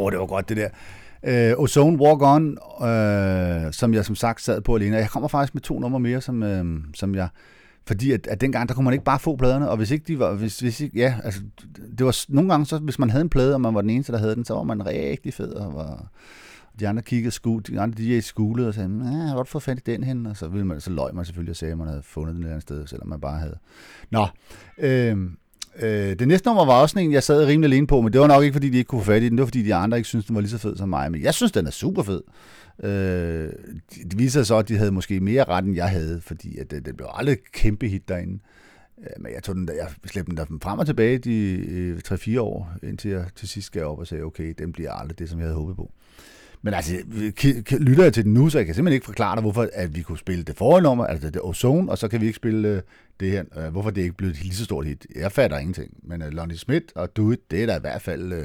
det var godt det der. Ozone Walk On, som jeg som sagt sad på alene. Jeg kommer faktisk med 2 numre mere, som jeg... Fordi at dengang, der kunne man ikke bare få pladerne, og hvis ikke de var... Hvis ikke, ja, altså, det var nogle gange så, hvis man havde en plade, og man var den eneste, der havde den, så var man rigtig fed, og de andre kiggede de andre DJ's skulede og sagde, jeg har godt fået fat i den hen, og så løg man selvfølgelig og sagde, at man havde fundet den et andet sted, selvom man bare havde. Nå, det næste nummer var også en, jeg sad rimelig alene på, men det var nok ikke, fordi de ikke kunne få fat i den, det var, fordi de andre ikke syntes, den var lige så fed som mig, men jeg synes, den er super fed. Det viser sig så, at de havde måske mere ret, end jeg havde, fordi at det blev aldrig kæmpe hit derinde. Men jeg slæbte den der frem og tilbage de 3-4 år, indtil jeg til sidst gav op og sagde, okay, den bliver aldrig det, som jeg havde håbet på. Men altså, lytter jeg til den nu, så jeg kan simpelthen ikke forklare dig, hvorfor at vi kunne spille det forrige nummer, altså det Ozone, og så kan vi ikke spille det her. Hvorfor det ikke blev et lige så stort hit. Jeg fatter ingenting. Men Lonnie Smith og Do It, det er da i hvert fald...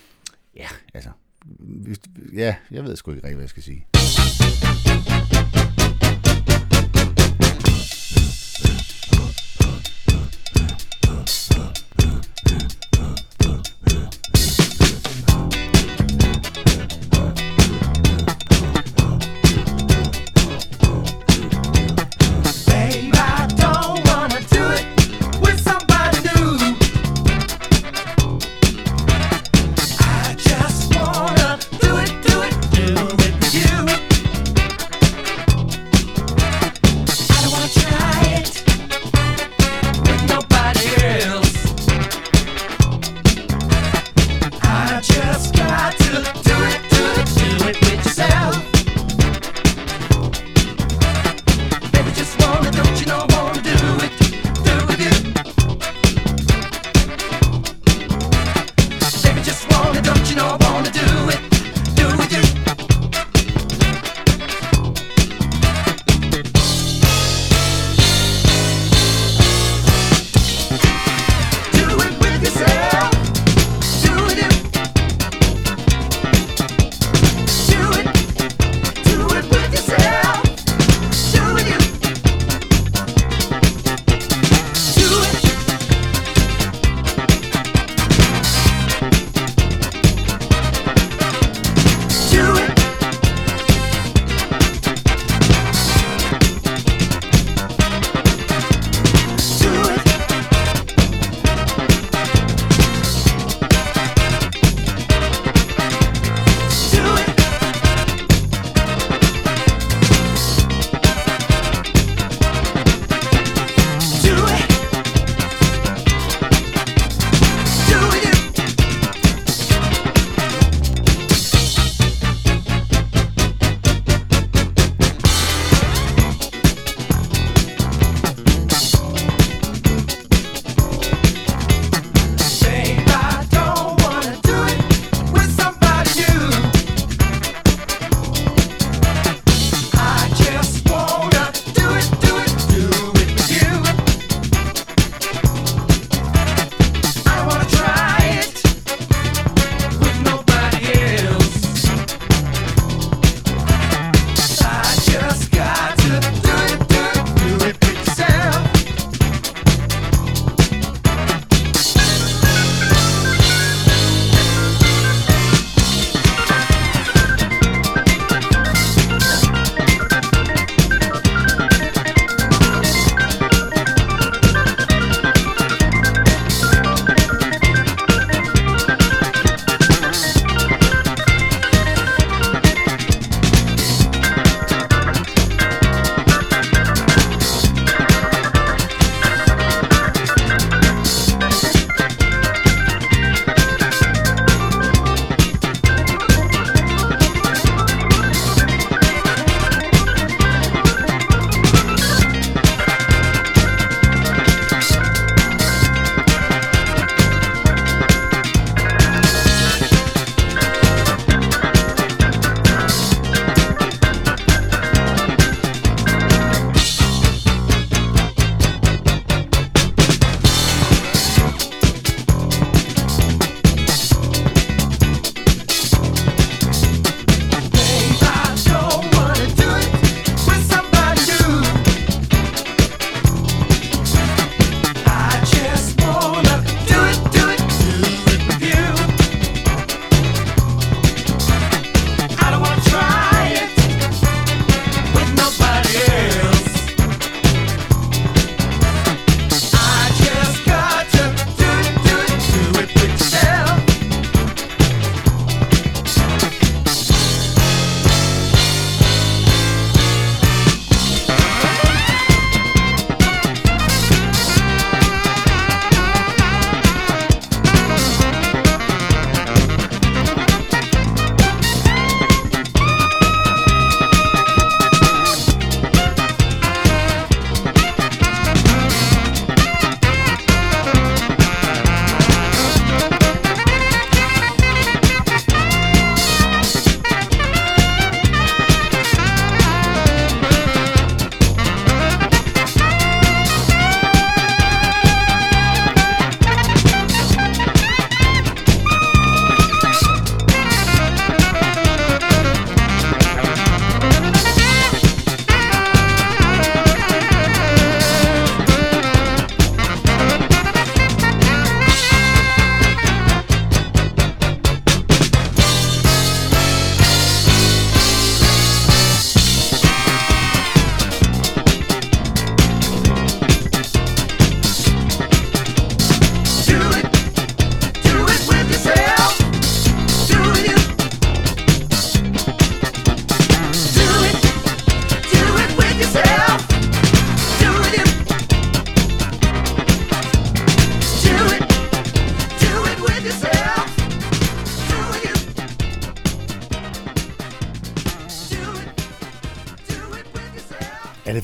jeg ved sgu ikke rigtig, hvad jeg skal sige. You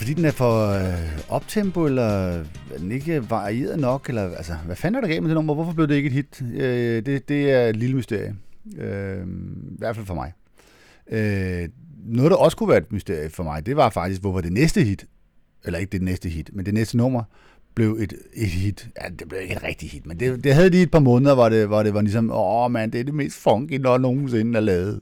fordi den er for optempo, eller er den ikke varieret nok, eller altså, hvad fanden er der galt med det nummer? Hvorfor blev det ikke et hit? Det er et lille mysterie. I hvert fald for mig. Noget, der også kunne være et mysterie for mig, det var faktisk, hvorfor det næste hit, eller ikke det næste hit, men det næste nummer, blev et hit. Ja, det blev ikke et rigtigt hit, men det havde lige et par måneder, hvor det var ligesom, det er det mest funky, der nogensinde er lavet.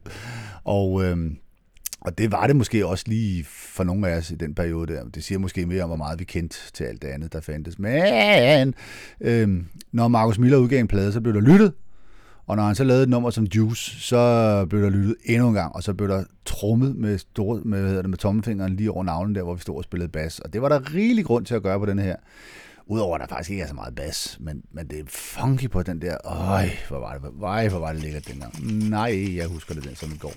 Og det var det måske også lige for nogle af os i den periode der. Det siger måske mere om, hvor meget vi kendte til alt det andet, der fandtes. Men når Marcus Miller udgav en plade, så blev der lyttet. Og når han så lavede et nummer som Juice, så blev der lyttet endnu en gang, og så blev der trommet med tommelfingeren lige over navlen der, hvor vi stod og spillede bas. Og det var der rigelig grund til at gøre på den her. Udover at der faktisk ikke er så meget bas, men det er funky på den der. Hvor var det lækkert dengang. Nej, jeg husker det den som i går.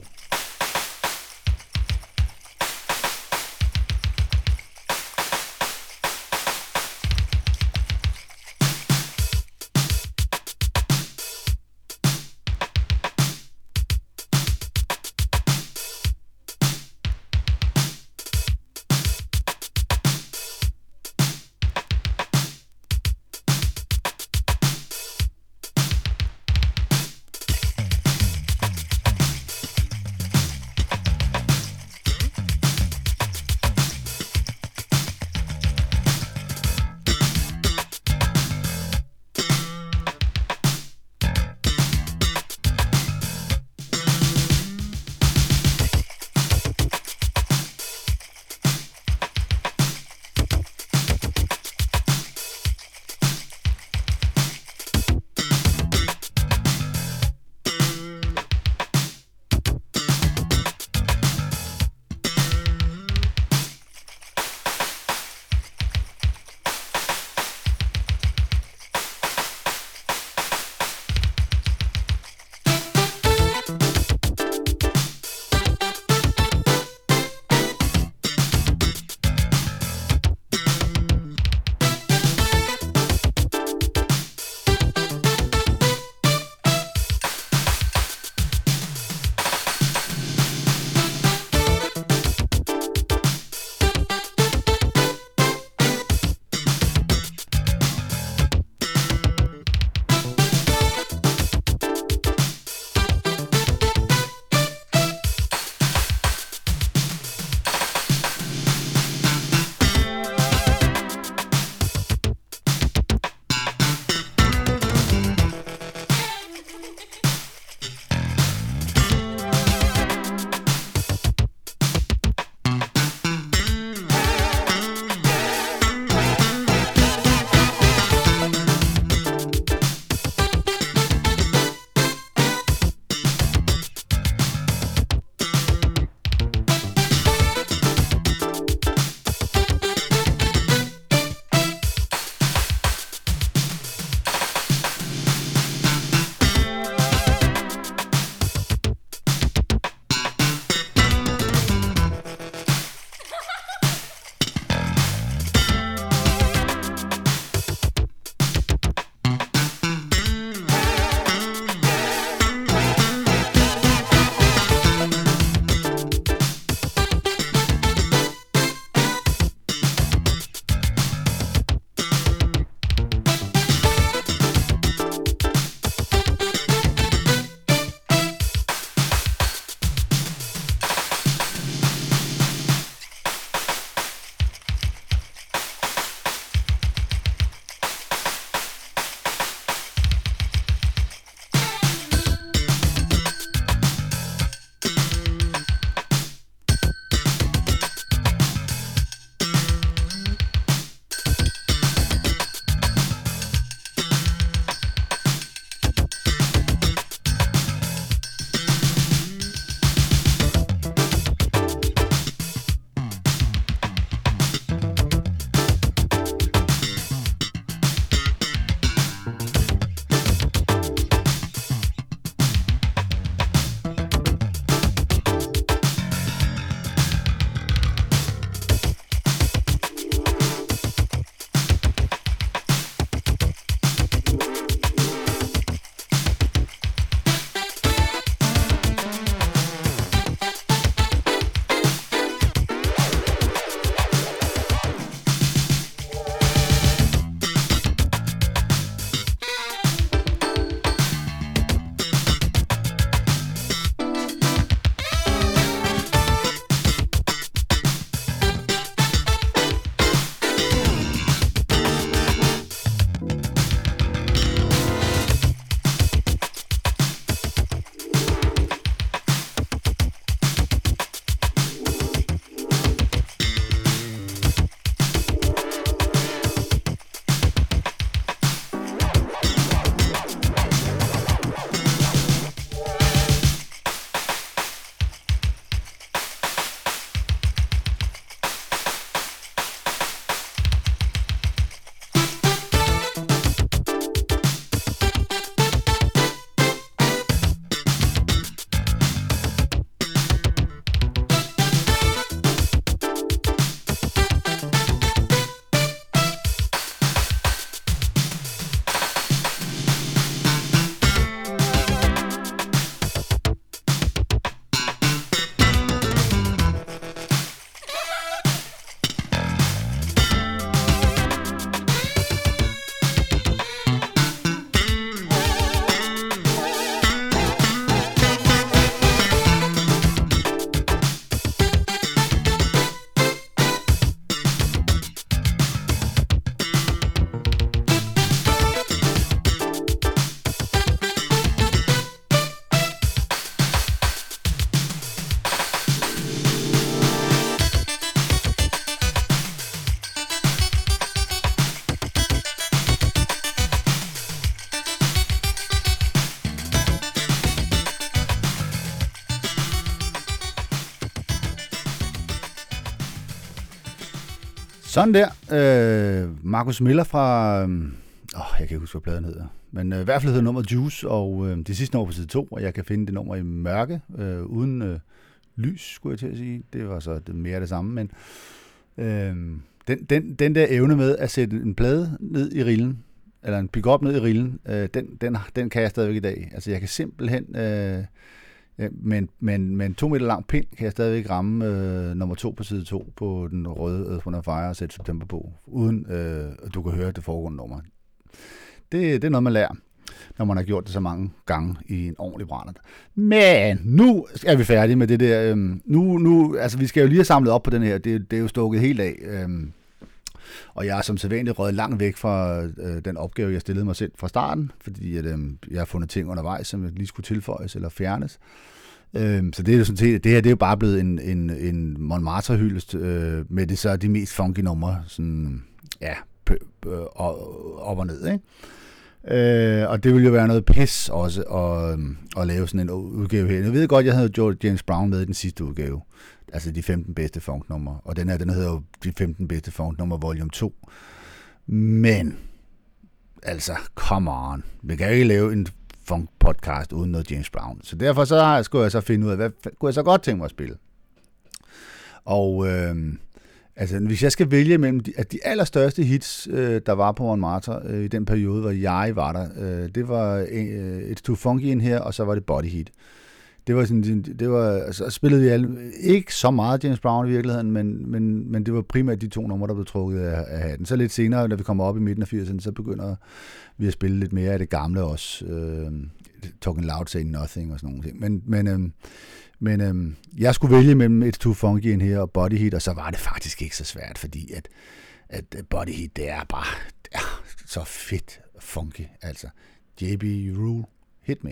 Sådan der. Marcus Miller fra... jeg kan ikke huske, hvad pladen hedder. Men i hvert fald hedder nummeret Juice, og det sidste nummer på side 2, og jeg kan finde det nummer i mørke, uden lys, skulle jeg til at sige. Det var så mere det samme, men den der evne med at sætte en plade ned i rillen, eller en pick-up ned i rillen, den kan jeg stadigvæk i dag. Altså jeg kan simpelthen... Men 2 meter lang pind kan jeg stadigvæk ramme nummer 2 på side 2 på den røde Earth, Wind & Fire og sætte September på, uden at du kan høre det foregående nummer. Det er noget, man lærer, når man har gjort det så mange gange i en ordentlig brændert. Men nu er vi færdige med det der. Nu, altså vi skal jo lige have samlet op på den her. Det er jo stukket helt af. Og jeg er som sædvanligt røget langt væk fra den opgave, jeg stillede mig selv fra starten, fordi jeg har fundet ting undervejs, som lige skulle tilføjes eller fjernes. Så det er jo sådan set, det her det er jo bare blevet en Montmartre-hyldest med det så de mest funky numre, sådan, ja, op og ned, ikke? Og det ville jo være noget pis også at lave sådan en udgave her. Jeg ved godt, jeg havde George James Brown med i den sidste udgave. Altså de 15 bedste funknumre. Og den hedder jo de 15 bedste funknumre volume 2. Men, altså, come on. Vi kan jo ikke lave en funk-podcast uden noget James Brown. Så derfor så skulle jeg så finde ud af, hvad kunne jeg så godt tænke mig at spille. Og altså, hvis jeg skal vælge mellem de allerstørste hits, der var på Montmartre i den periode, hvor jeg var der, det var It's Too Funky in her, og så var det Body Heat. Det var sådan, så spillede vi ikke så meget James Brown i virkeligheden, men det var primært de 2 numre, der blev trukket af hatten. Så lidt senere, når vi kommer op i midten af 80'erne, så begynder vi at spille lidt mere af det gamle også. Talking Loud, Saying Nothing og sådan nogle ting. Men jeg skulle vælge mellem It's Too Funky in her og Body Heat, og så var det faktisk ikke så svært, fordi at Body Heat, det er bare så fedt funky. Altså, J.B. Rule, hit me.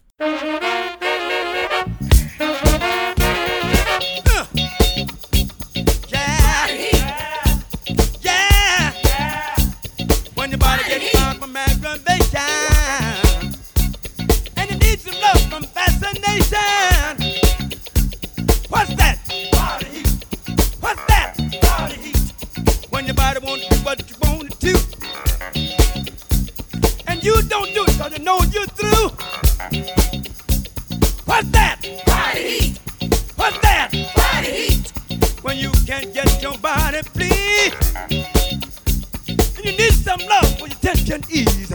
When your body gets bound from aggravation, and you need some love from fascination. What's that? Body heat. What's that? Body heat. When your body won't do what you want it to, and you don't do it 'cause you know you're through. What's that? Body heat. What's that? Body heat. When you can't get your body please, and you need some love for your tension ease.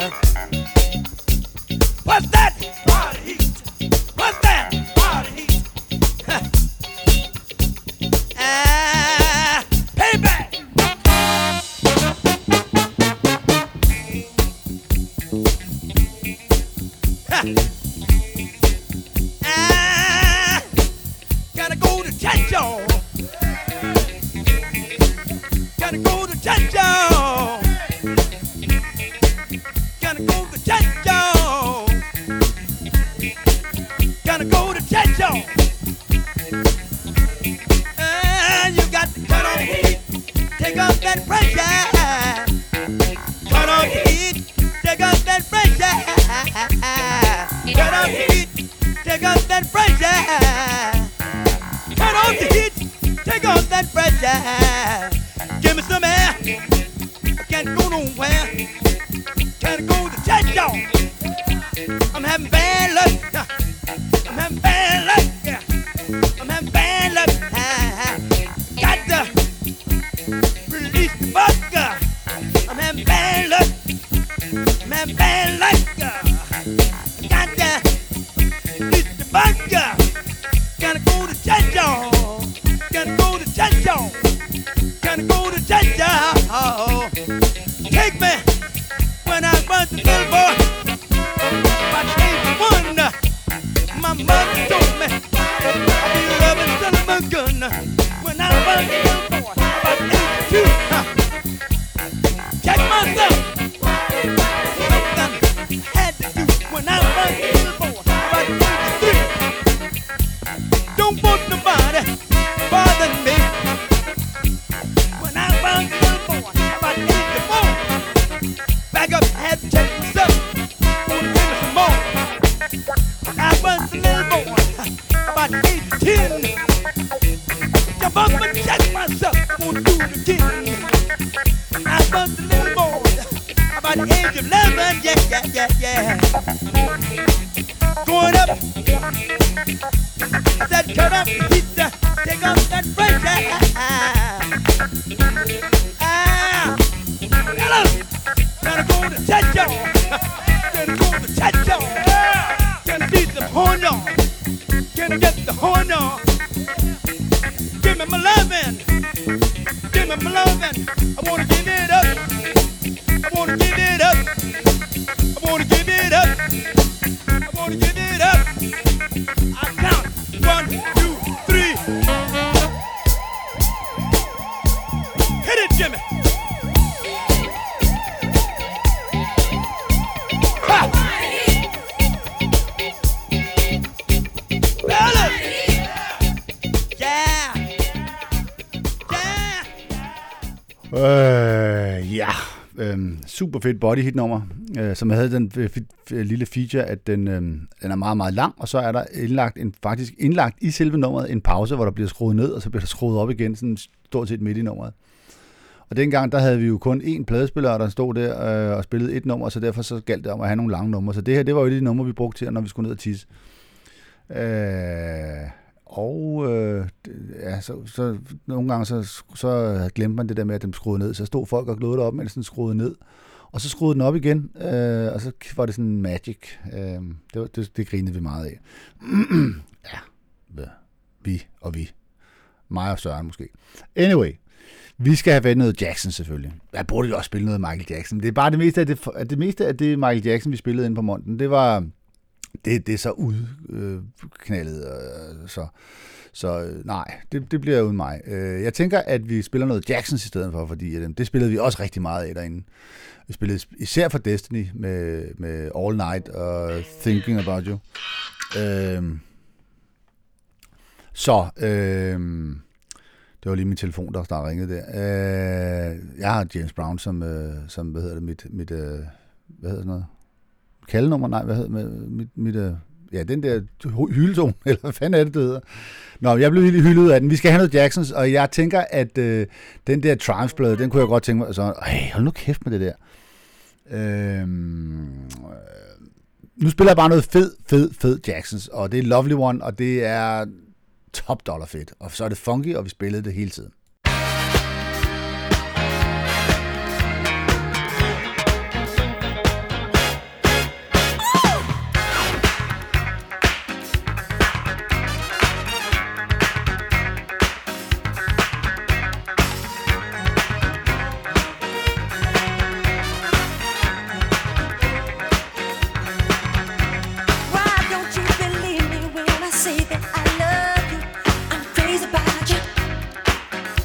What's that? Body heat. What's that? Body heat. Payback. Gotta go to church, y'all. Gotta go to church, y'all. Gotta go to church, y'all. Gotta go to church, y'all. You got to cut off heat, take off that pressure. Cut off heat, take off that pressure. Cut off heat, take off that pressure. Cut off the heat, take off that pressure. Give me some air, I can't go nowhere. Can't go to church, y'all. I'm having bad luck. I'm having bad luck. I'm having bad luck. Got to release the bug. I'm having bad luck. I'm having bad luck. Got to release the bug. Gotta go to church, y'all. Gotta go to church, y'all. Gotta go to church, y'all. Take me when I was a little boy. yeah. Going up. I said, turn up the heat, take off that fresh air. Hello. Gotta go to church, y'all. Gotta go to church, y'all. Gotta see the horn, y'all. Can I get the horn, y'all? Give me my lovin'. Give me my lovin'. I wanna give it up. I wanna give it up. I wanna give it up. I wanna give it up. I count 1, 2, 3. Hit it, Jimmy. Ha! Fellas! Yeah! Yeah! Ja, super fedt body hit nummer, som havde den lille feature, at den er meget, meget lang, og så er der faktisk indlagt i selve nummeret en pause, hvor der bliver skruet ned, og så bliver der skruet op igen, sådan stort set midt i nummeret. Og dengang, der havde vi jo kun én pladespiller, der stod der og spillede et nummer, så derfor så galt det om at have nogle lange numre. Så det her, det var jo de numre, vi brugte til, når vi skulle ned og tisse. Så nogle gange så glemte man det der med, at den skruede ned. Så stod folk og glodede op, mens den skruede ned. Og så skruede den op igen, og så var det sådan magic. Det grinede vi meget af. Vi. Mig og Søren måske. Anyway. Vi skal have været noget Jackson selvfølgelig. Jeg burde jo også spille noget Michael Jackson. Det er bare det meste af det Michael Jackson, vi spillede inde på Monten. Det er så udknaldet. Så nej, det bliver uden mig. Jeg tænker, at vi spiller noget Jacksons i stedet for, fordi det spillede vi også rigtig meget af derinde. Vi spillede især for Destiny med All Night og Thinking About You. Det var lige min telefon, der startede ringet der. Jeg har James Brown som hvad hedder det, mit hvad hedder sådan noget? Kaldenummer? Nej, hvad hedder det? Ja, den der hyldetone, eller hvad fanden er det hedder? Nå, jeg blev helt hyldet af den. Vi skal have noget Jacksons, og jeg tænker, at den der Triumph-plade, den kunne jeg godt tænke mig, så hold nu kæft med det der. Nu spiller jeg bare noget fed Jacksons, og det er Lovely One, og det er top dollar fedt. Og så er det funky, og vi spillede det hele tiden. Why don't you believe me when I say that I love you? I'm crazy about you.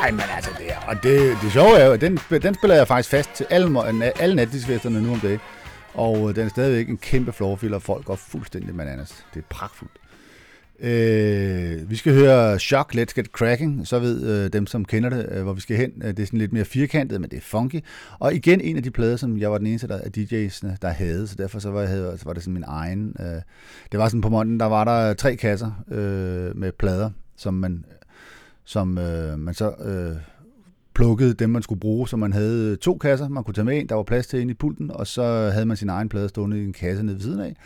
Ej, men altså, det sjove er jo, at den spiller jeg faktisk fast til alle natdiskfesterne nu om dagen. Og den er stadigvæk en kæmpe floorfiller, og folk går fuldstændig bananas. Det er pragtfuldt. Vi skal høre Shock, Let's Get Cracking, så ved dem, som kender det, hvor vi skal hen. Det er sådan lidt mere firkantet, men det er funky. Og igen en af de plader, som jeg var den eneste af DJ'sene, der havde, så derfor så var det sådan min egen. Det var sådan på måneden, der var der 3 kasser med plader, som man så plukkede dem, man skulle bruge, så man havde 2 kasser, man kunne tage med ind, der var plads til inde i pulten, og så havde man sin egen plade stående i en kasse nede ved siden af.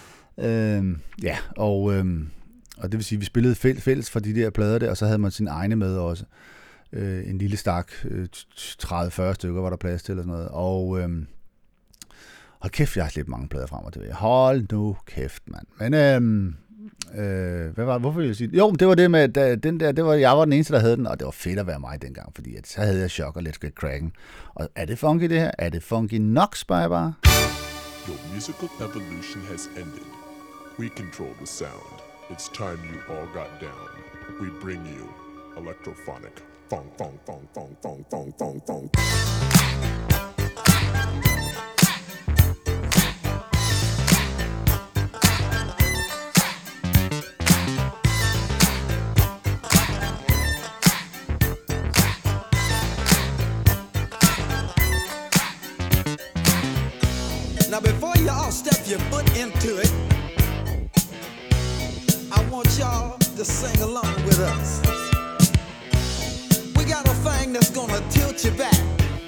Og det vil sige, at vi spillede fælles for de der plader der, og så havde man sin egne med også. En lille stak, 30-40 stykker var der plads til, eller sådan noget. Og hold kæft, jeg har slæbt mange plader frem og tilbage. Hold nu kæft, mand. Men hvad var det? Hvorfor vil jeg sige? Jo, det var det med, den der, jeg var den eneste, der havde den, og det var fedt at være mig dengang, fordi så havde jeg Shock og Let's Get Cracking. Og er det funky det her? Er det funky nok, spørger bare? Your musical evolution has ended. We control the sound. It's time you all got down. We bring you electrophonic. Fong, fong, fong, fong, fong, fong, fong, fong. Now before y'all step your foot into it, I want y'all to sing along with us. We got a thing that's gonna tilt you back.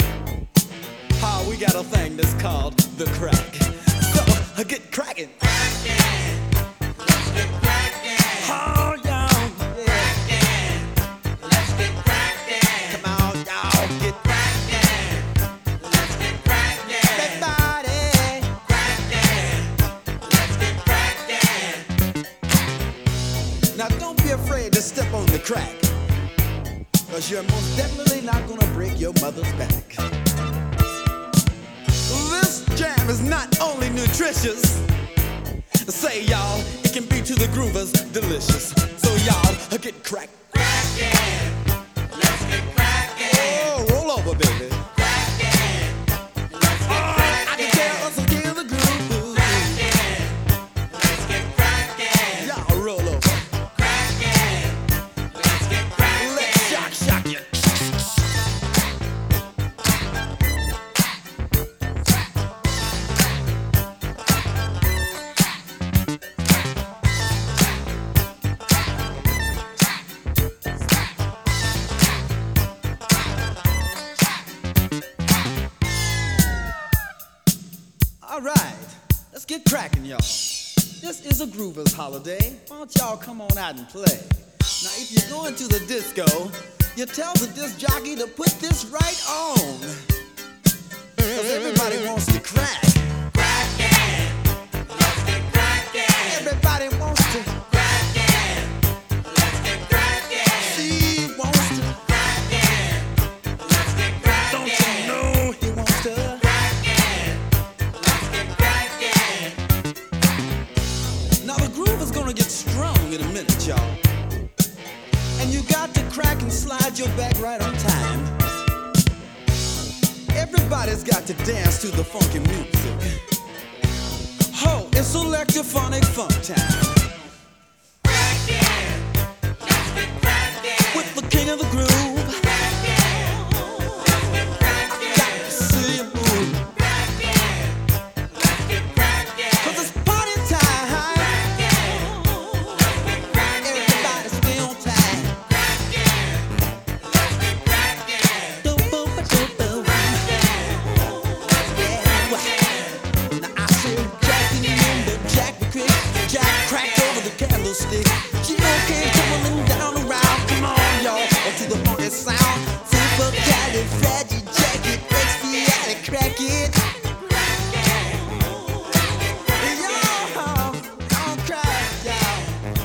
We got a thing that's called the crack. So get cracking. Let's get cracking. Oh, y'all. Cracking. Let's get cracking. Come on, y'all. Get Cracking. Let's get cracking. everybody. Cracking. Let's get cracking. Now don't be afraid to step on the crack, cause you're most definitely not gonna break your mother's back. This jam is not only nutritious, say y'all, it can be to the groovers delicious. So y'all, get cracked. Cracking. Let's get cracking. Oh, roll over, baby. Cracking. Let's get I can tell cracking. us to kill the groove. Cracking. Let's get cracking. Y'all roll over. Cracking. Let's get cracking. Let's shock you. All right, let's get cracking, y'all. This is a Groovers holiday. Why don't y'all come on out and play? Now, if you're going to the disco, you tell the disc jockey to put this right on. Cause everybody wants to crack. Cracking. Let's get cracking. Everybody wants to. Cracking. Let's get cracking. Steve wants to. Cracking. Let's get cracking. Don't you know he wants to? Cracking. Let's get cracking. Now the groove is gonna get strong in a minute, y'all. And you got to crack and slide your back right on time. Everybody's got to dance to the funky music. Ho, it's electrophonic funk time. Cracking. Let's get cracking. With the king of the groove. Let's get cracking. Got to see you move. Cracking. Let's get cracking. Cause it's party time. Let's get cracking. Everybody stay on time. Let's get cracking. Do-bo-ba-do-bo. Yeah. Now I said Jack in the window, Jack the Crick, Jack cracked over the candlestick. Gino came tumbling down around. Come on, y'all, to the funky sound. Supercalifragilistic, expiatic, crack it. Y'all, don't crack, y'all.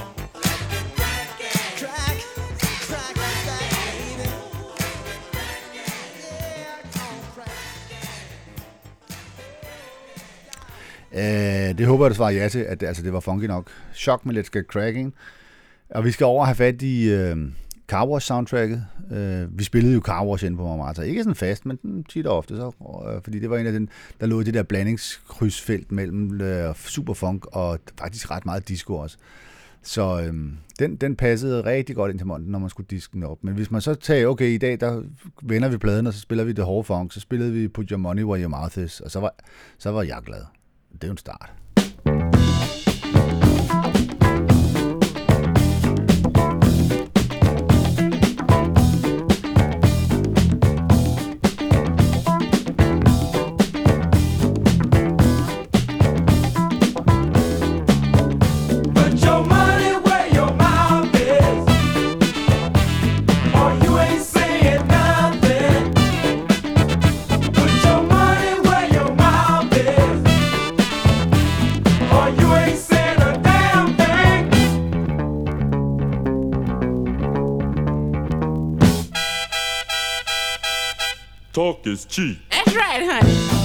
Crack, crack, crack, baby. Yeah, don't crack. Det håber jeg, det svarer ja til, at det var funky nok. Shock med Let's Get Cracking. Og vi skal over have fat i Car Wash soundtracket, Vi spillede jo Car Wash inde på Montmartre. Ikke sådan fast, men tit og ofte så. Fordi det var en af den, der lå i det der blandingskrydsfelt mellem superfunk og faktisk ret meget disco også. Så den passede rigtig godt ind til Monten, når man skulle diske den op. Men hvis man så tager, okay, i dag der vender vi pladen, og så spiller vi det hårde funk, så spillede vi Put Your Money Where Your Mouth Is, og så var jeg glad. Det er jo en start. Talk is cheap. That's right, honey.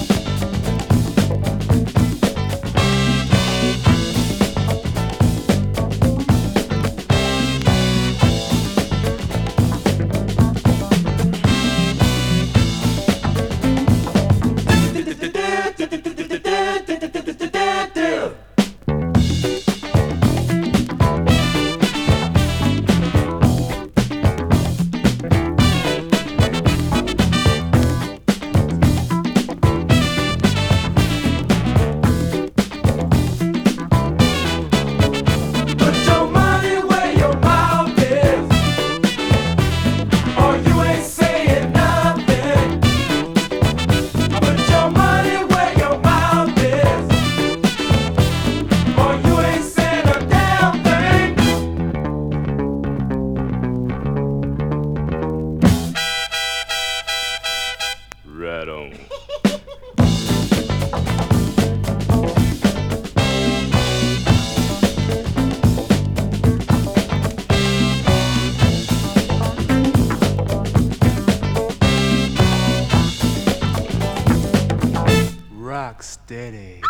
rock steady.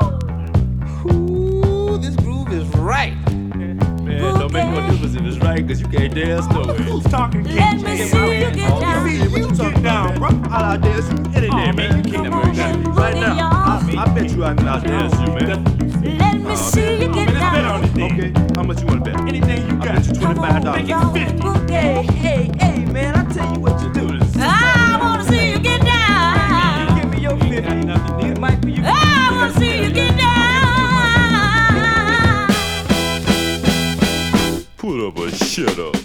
Ooh, this groove is right. Man, don't make no difference if it's right, cause you can't dance no way. Who's talking? Let me see you get down. You get down, bro. I'll dance you any day, man. You can't never do right now. I bet you I can outdance you, man. Let me see you get down. Okay, how much you wanna bet? Anything you I got. bet you $25. Make it 50. Hey, man, I tell you what you do. I wanna see you get down. Give me your 50. It might be you. I wanna see you get down. Put up or shut up.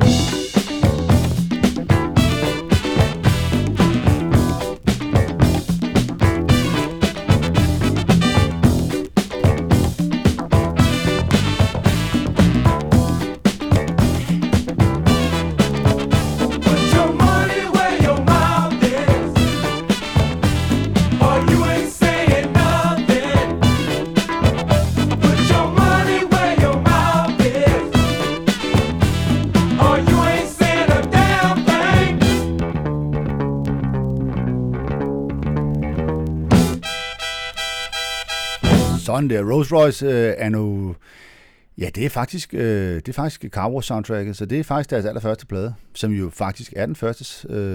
Sådan der. Rolls Royce er nu... Ja, det er faktisk Car Wash soundtracket, så det er faktisk deres allerførste plade, som jo faktisk er den første...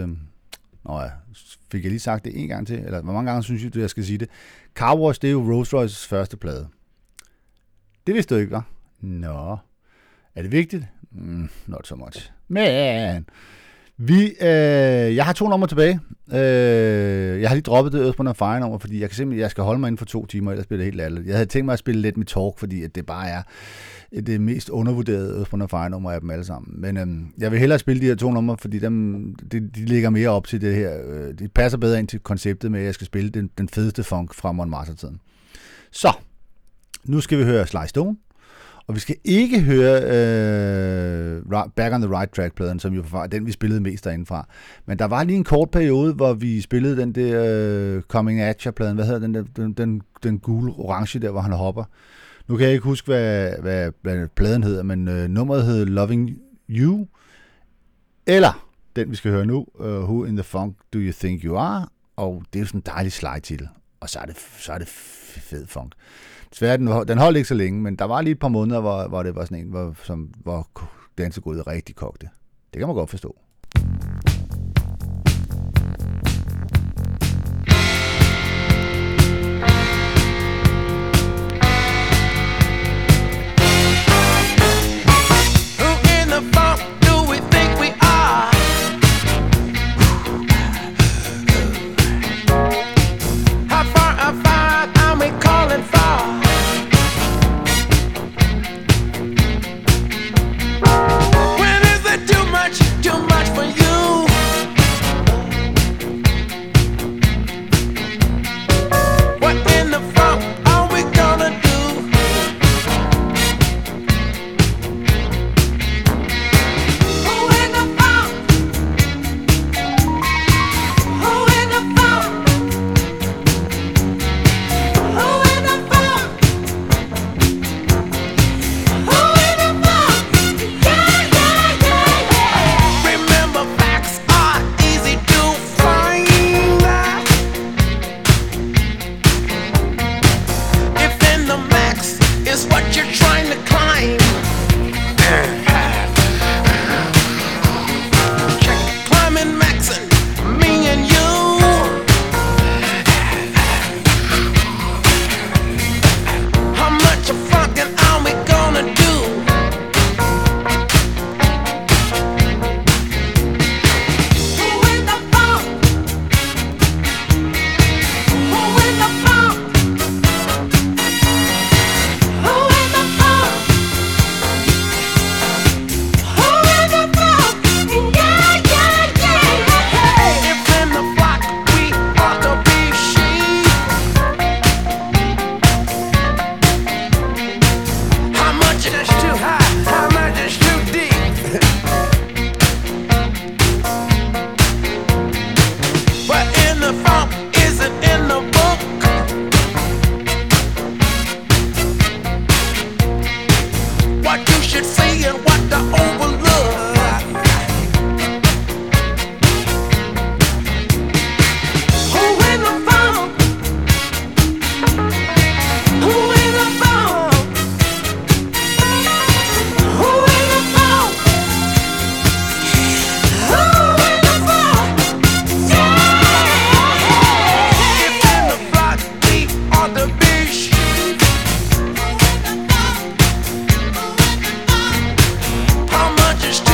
fik jeg lige sagt det en gang til? Eller hvor mange gange synes jeg, jeg skal sige det? Car Wash, det er jo Rolls Royces første plade. Det vidste du ikke, hva'? Nå. Er det vigtigt? Not so much. Men... Jeg har 2 numre tilbage. Jeg har lige droppet det Earth, Wind & Fire nummer, fordi jeg skal holde mig inden for 2 timer, ellers bliver det helt latterligt. Jeg havde tænkt mig at spille lidt med Talk, fordi at det bare er det mest undervurderede Earth, Wind & Fire nummer af dem alle sammen. Men jeg vil hellere spille de her 2 numre, fordi de ligger mere op til det her. Det passer bedre ind til konceptet med, at jeg skal spille den fedeste funk fra Montmartre-tiden. Så, nu skal vi høre Sly Stone. Og vi skal ikke høre Back on the Right Track-pladen, som jo var den, vi spillede mest derindefra. Men der var lige en kort periode, hvor vi spillede den der Coming At You-pladen. Hvad hedder den gule-orange der, hvor han hopper? Nu kan jeg ikke huske, hvad pladen hedder, men nummeret hedder Loving You. Eller den, vi skal høre nu, Who in the Funk Do You Think You Are? Og det er jo sådan en dejlig slide-titel. Og så er det fed funk. Desværre, den holdt ikke så længe, men der var lige et par måneder, hvor det var sådan en, hvor dansegulvet rigtig kogte. Det kan man godt forstå.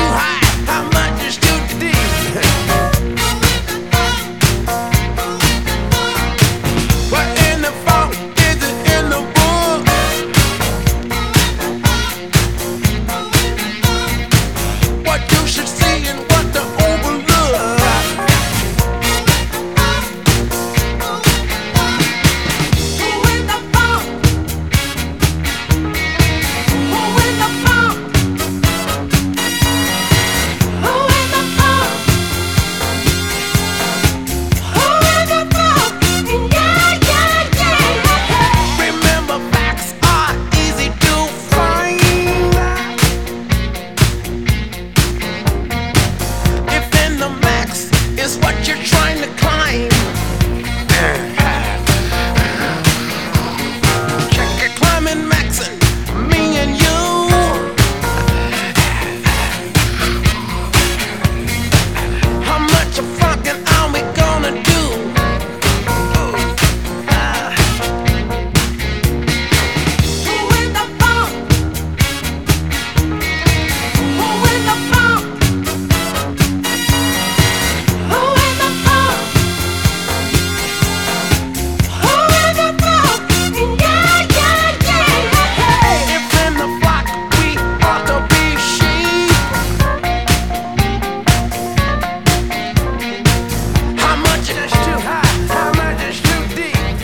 too high? How much is too deep? What in the funk? Is it in the book? What you should see and what to overlook. Who in the funk? Who in the funk? Who in the funk? Who in the funk? Yeah, yeah, yeah. Remember, facts are easy to find. If in the max is what you're trying to climb, check your climbing maxing, me and you. How much of fucking are we gonna do? Who in the funk? Who in the funk? Who in the funk? Who in the funk? Yeah, yeah, yeah. If in the flock we ought to be sheep, how much is too high? How much is too deep?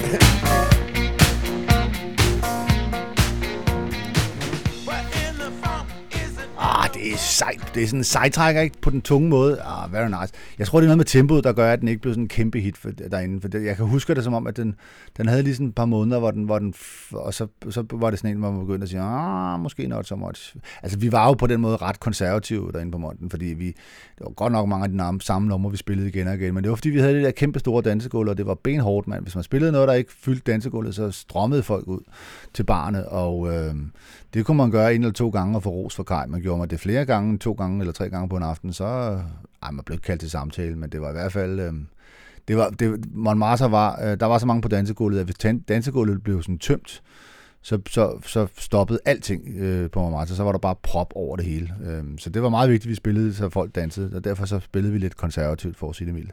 What in the funk is it? Det er sejt. Det er sådan en sejtrækker, ikke? På den tunge måde. Very nice. Jeg tror, det er noget med tempoet, der gør, at den ikke blev sådan en kæmpe hit derinde. For jeg kan huske det som om, at den havde lige sådan et par måneder, hvor den og så var det sådan en, hvor man begyndte at sige, måske not so much. Altså, vi var jo på den måde ret konservative derinde på Monten, fordi det var godt nok mange af de samme numre, vi spillede igen og igen, men det var fordi, vi havde det der kæmpe store dansegulv, og det var benhårdt, mand. Hvis man spillede noget, der ikke fyldte dansegulvet, så strømmede folk ud til barnet, og det kunne man gøre 1 eller 2 gange og få ros for Kaj. Man gjorde mig det flere gange, 2 gange eller 3 gange på en aften, så man blev ikke kaldt til samtale, men det var i hvert fald Montmartre var, der var så mange på dansegulvet, at hvis dansegulvet blev sådan tømt, så stoppede alting på Montmartre, så var der bare prop over det hele. Så det var meget vigtigt, at vi spillede, så folk dansede, og derfor så spillede vi lidt konservativt, for at sige det mildt.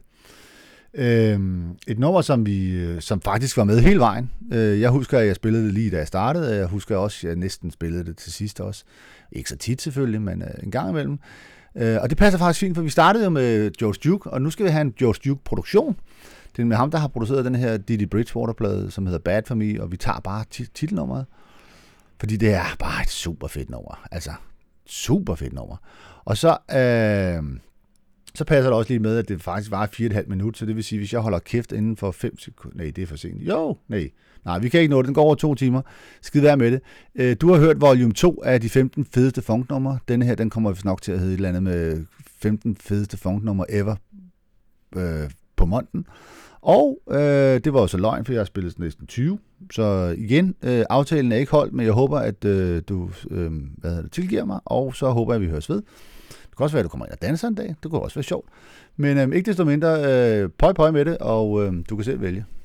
Et nummer, som faktisk var med hele vejen. Jeg husker, at jeg spillede det lige da jeg startede, og jeg husker også, at jeg næsten spillede det til sidst også. Ikke så tit selvfølgelig, men en gang imellem. Og det passer faktisk fint, for vi startede jo med George Duke, og nu skal vi have en George Duke-produktion. Det er med ham, der har produceret den her Didi Bridgewater-plade, som hedder Bad For Me, og vi tager bare titelnummeret, fordi det er bare et super fedt nummer. Altså, super fedt nummer. Og så passer det også lige med, at det faktisk var 4,5 minutter, så det vil sige, hvis jeg holder kæft inden for 5 sekunder... Nej, det er for sent. Nej, vi kan ikke nå det. Den går over 2 timer. Skid være med det. Du har hørt volume 2 af de 15 fedeste funknumre. Denne her, den kommer nok til at hedde et eller andet med 15 fedeste funknumre ever på Monten. Og det var jo så løgn, for jeg har spillet næsten 20. Så igen, aftalen er ikke holdt, men jeg håber, at du tilgiver mig, og så håber jeg, at vi høres ved. Det kan også være, at du kommer ind og danser en dag. Det kunne også være sjovt. Men ikke desto mindre, pøj med det, og du kan selv vælge.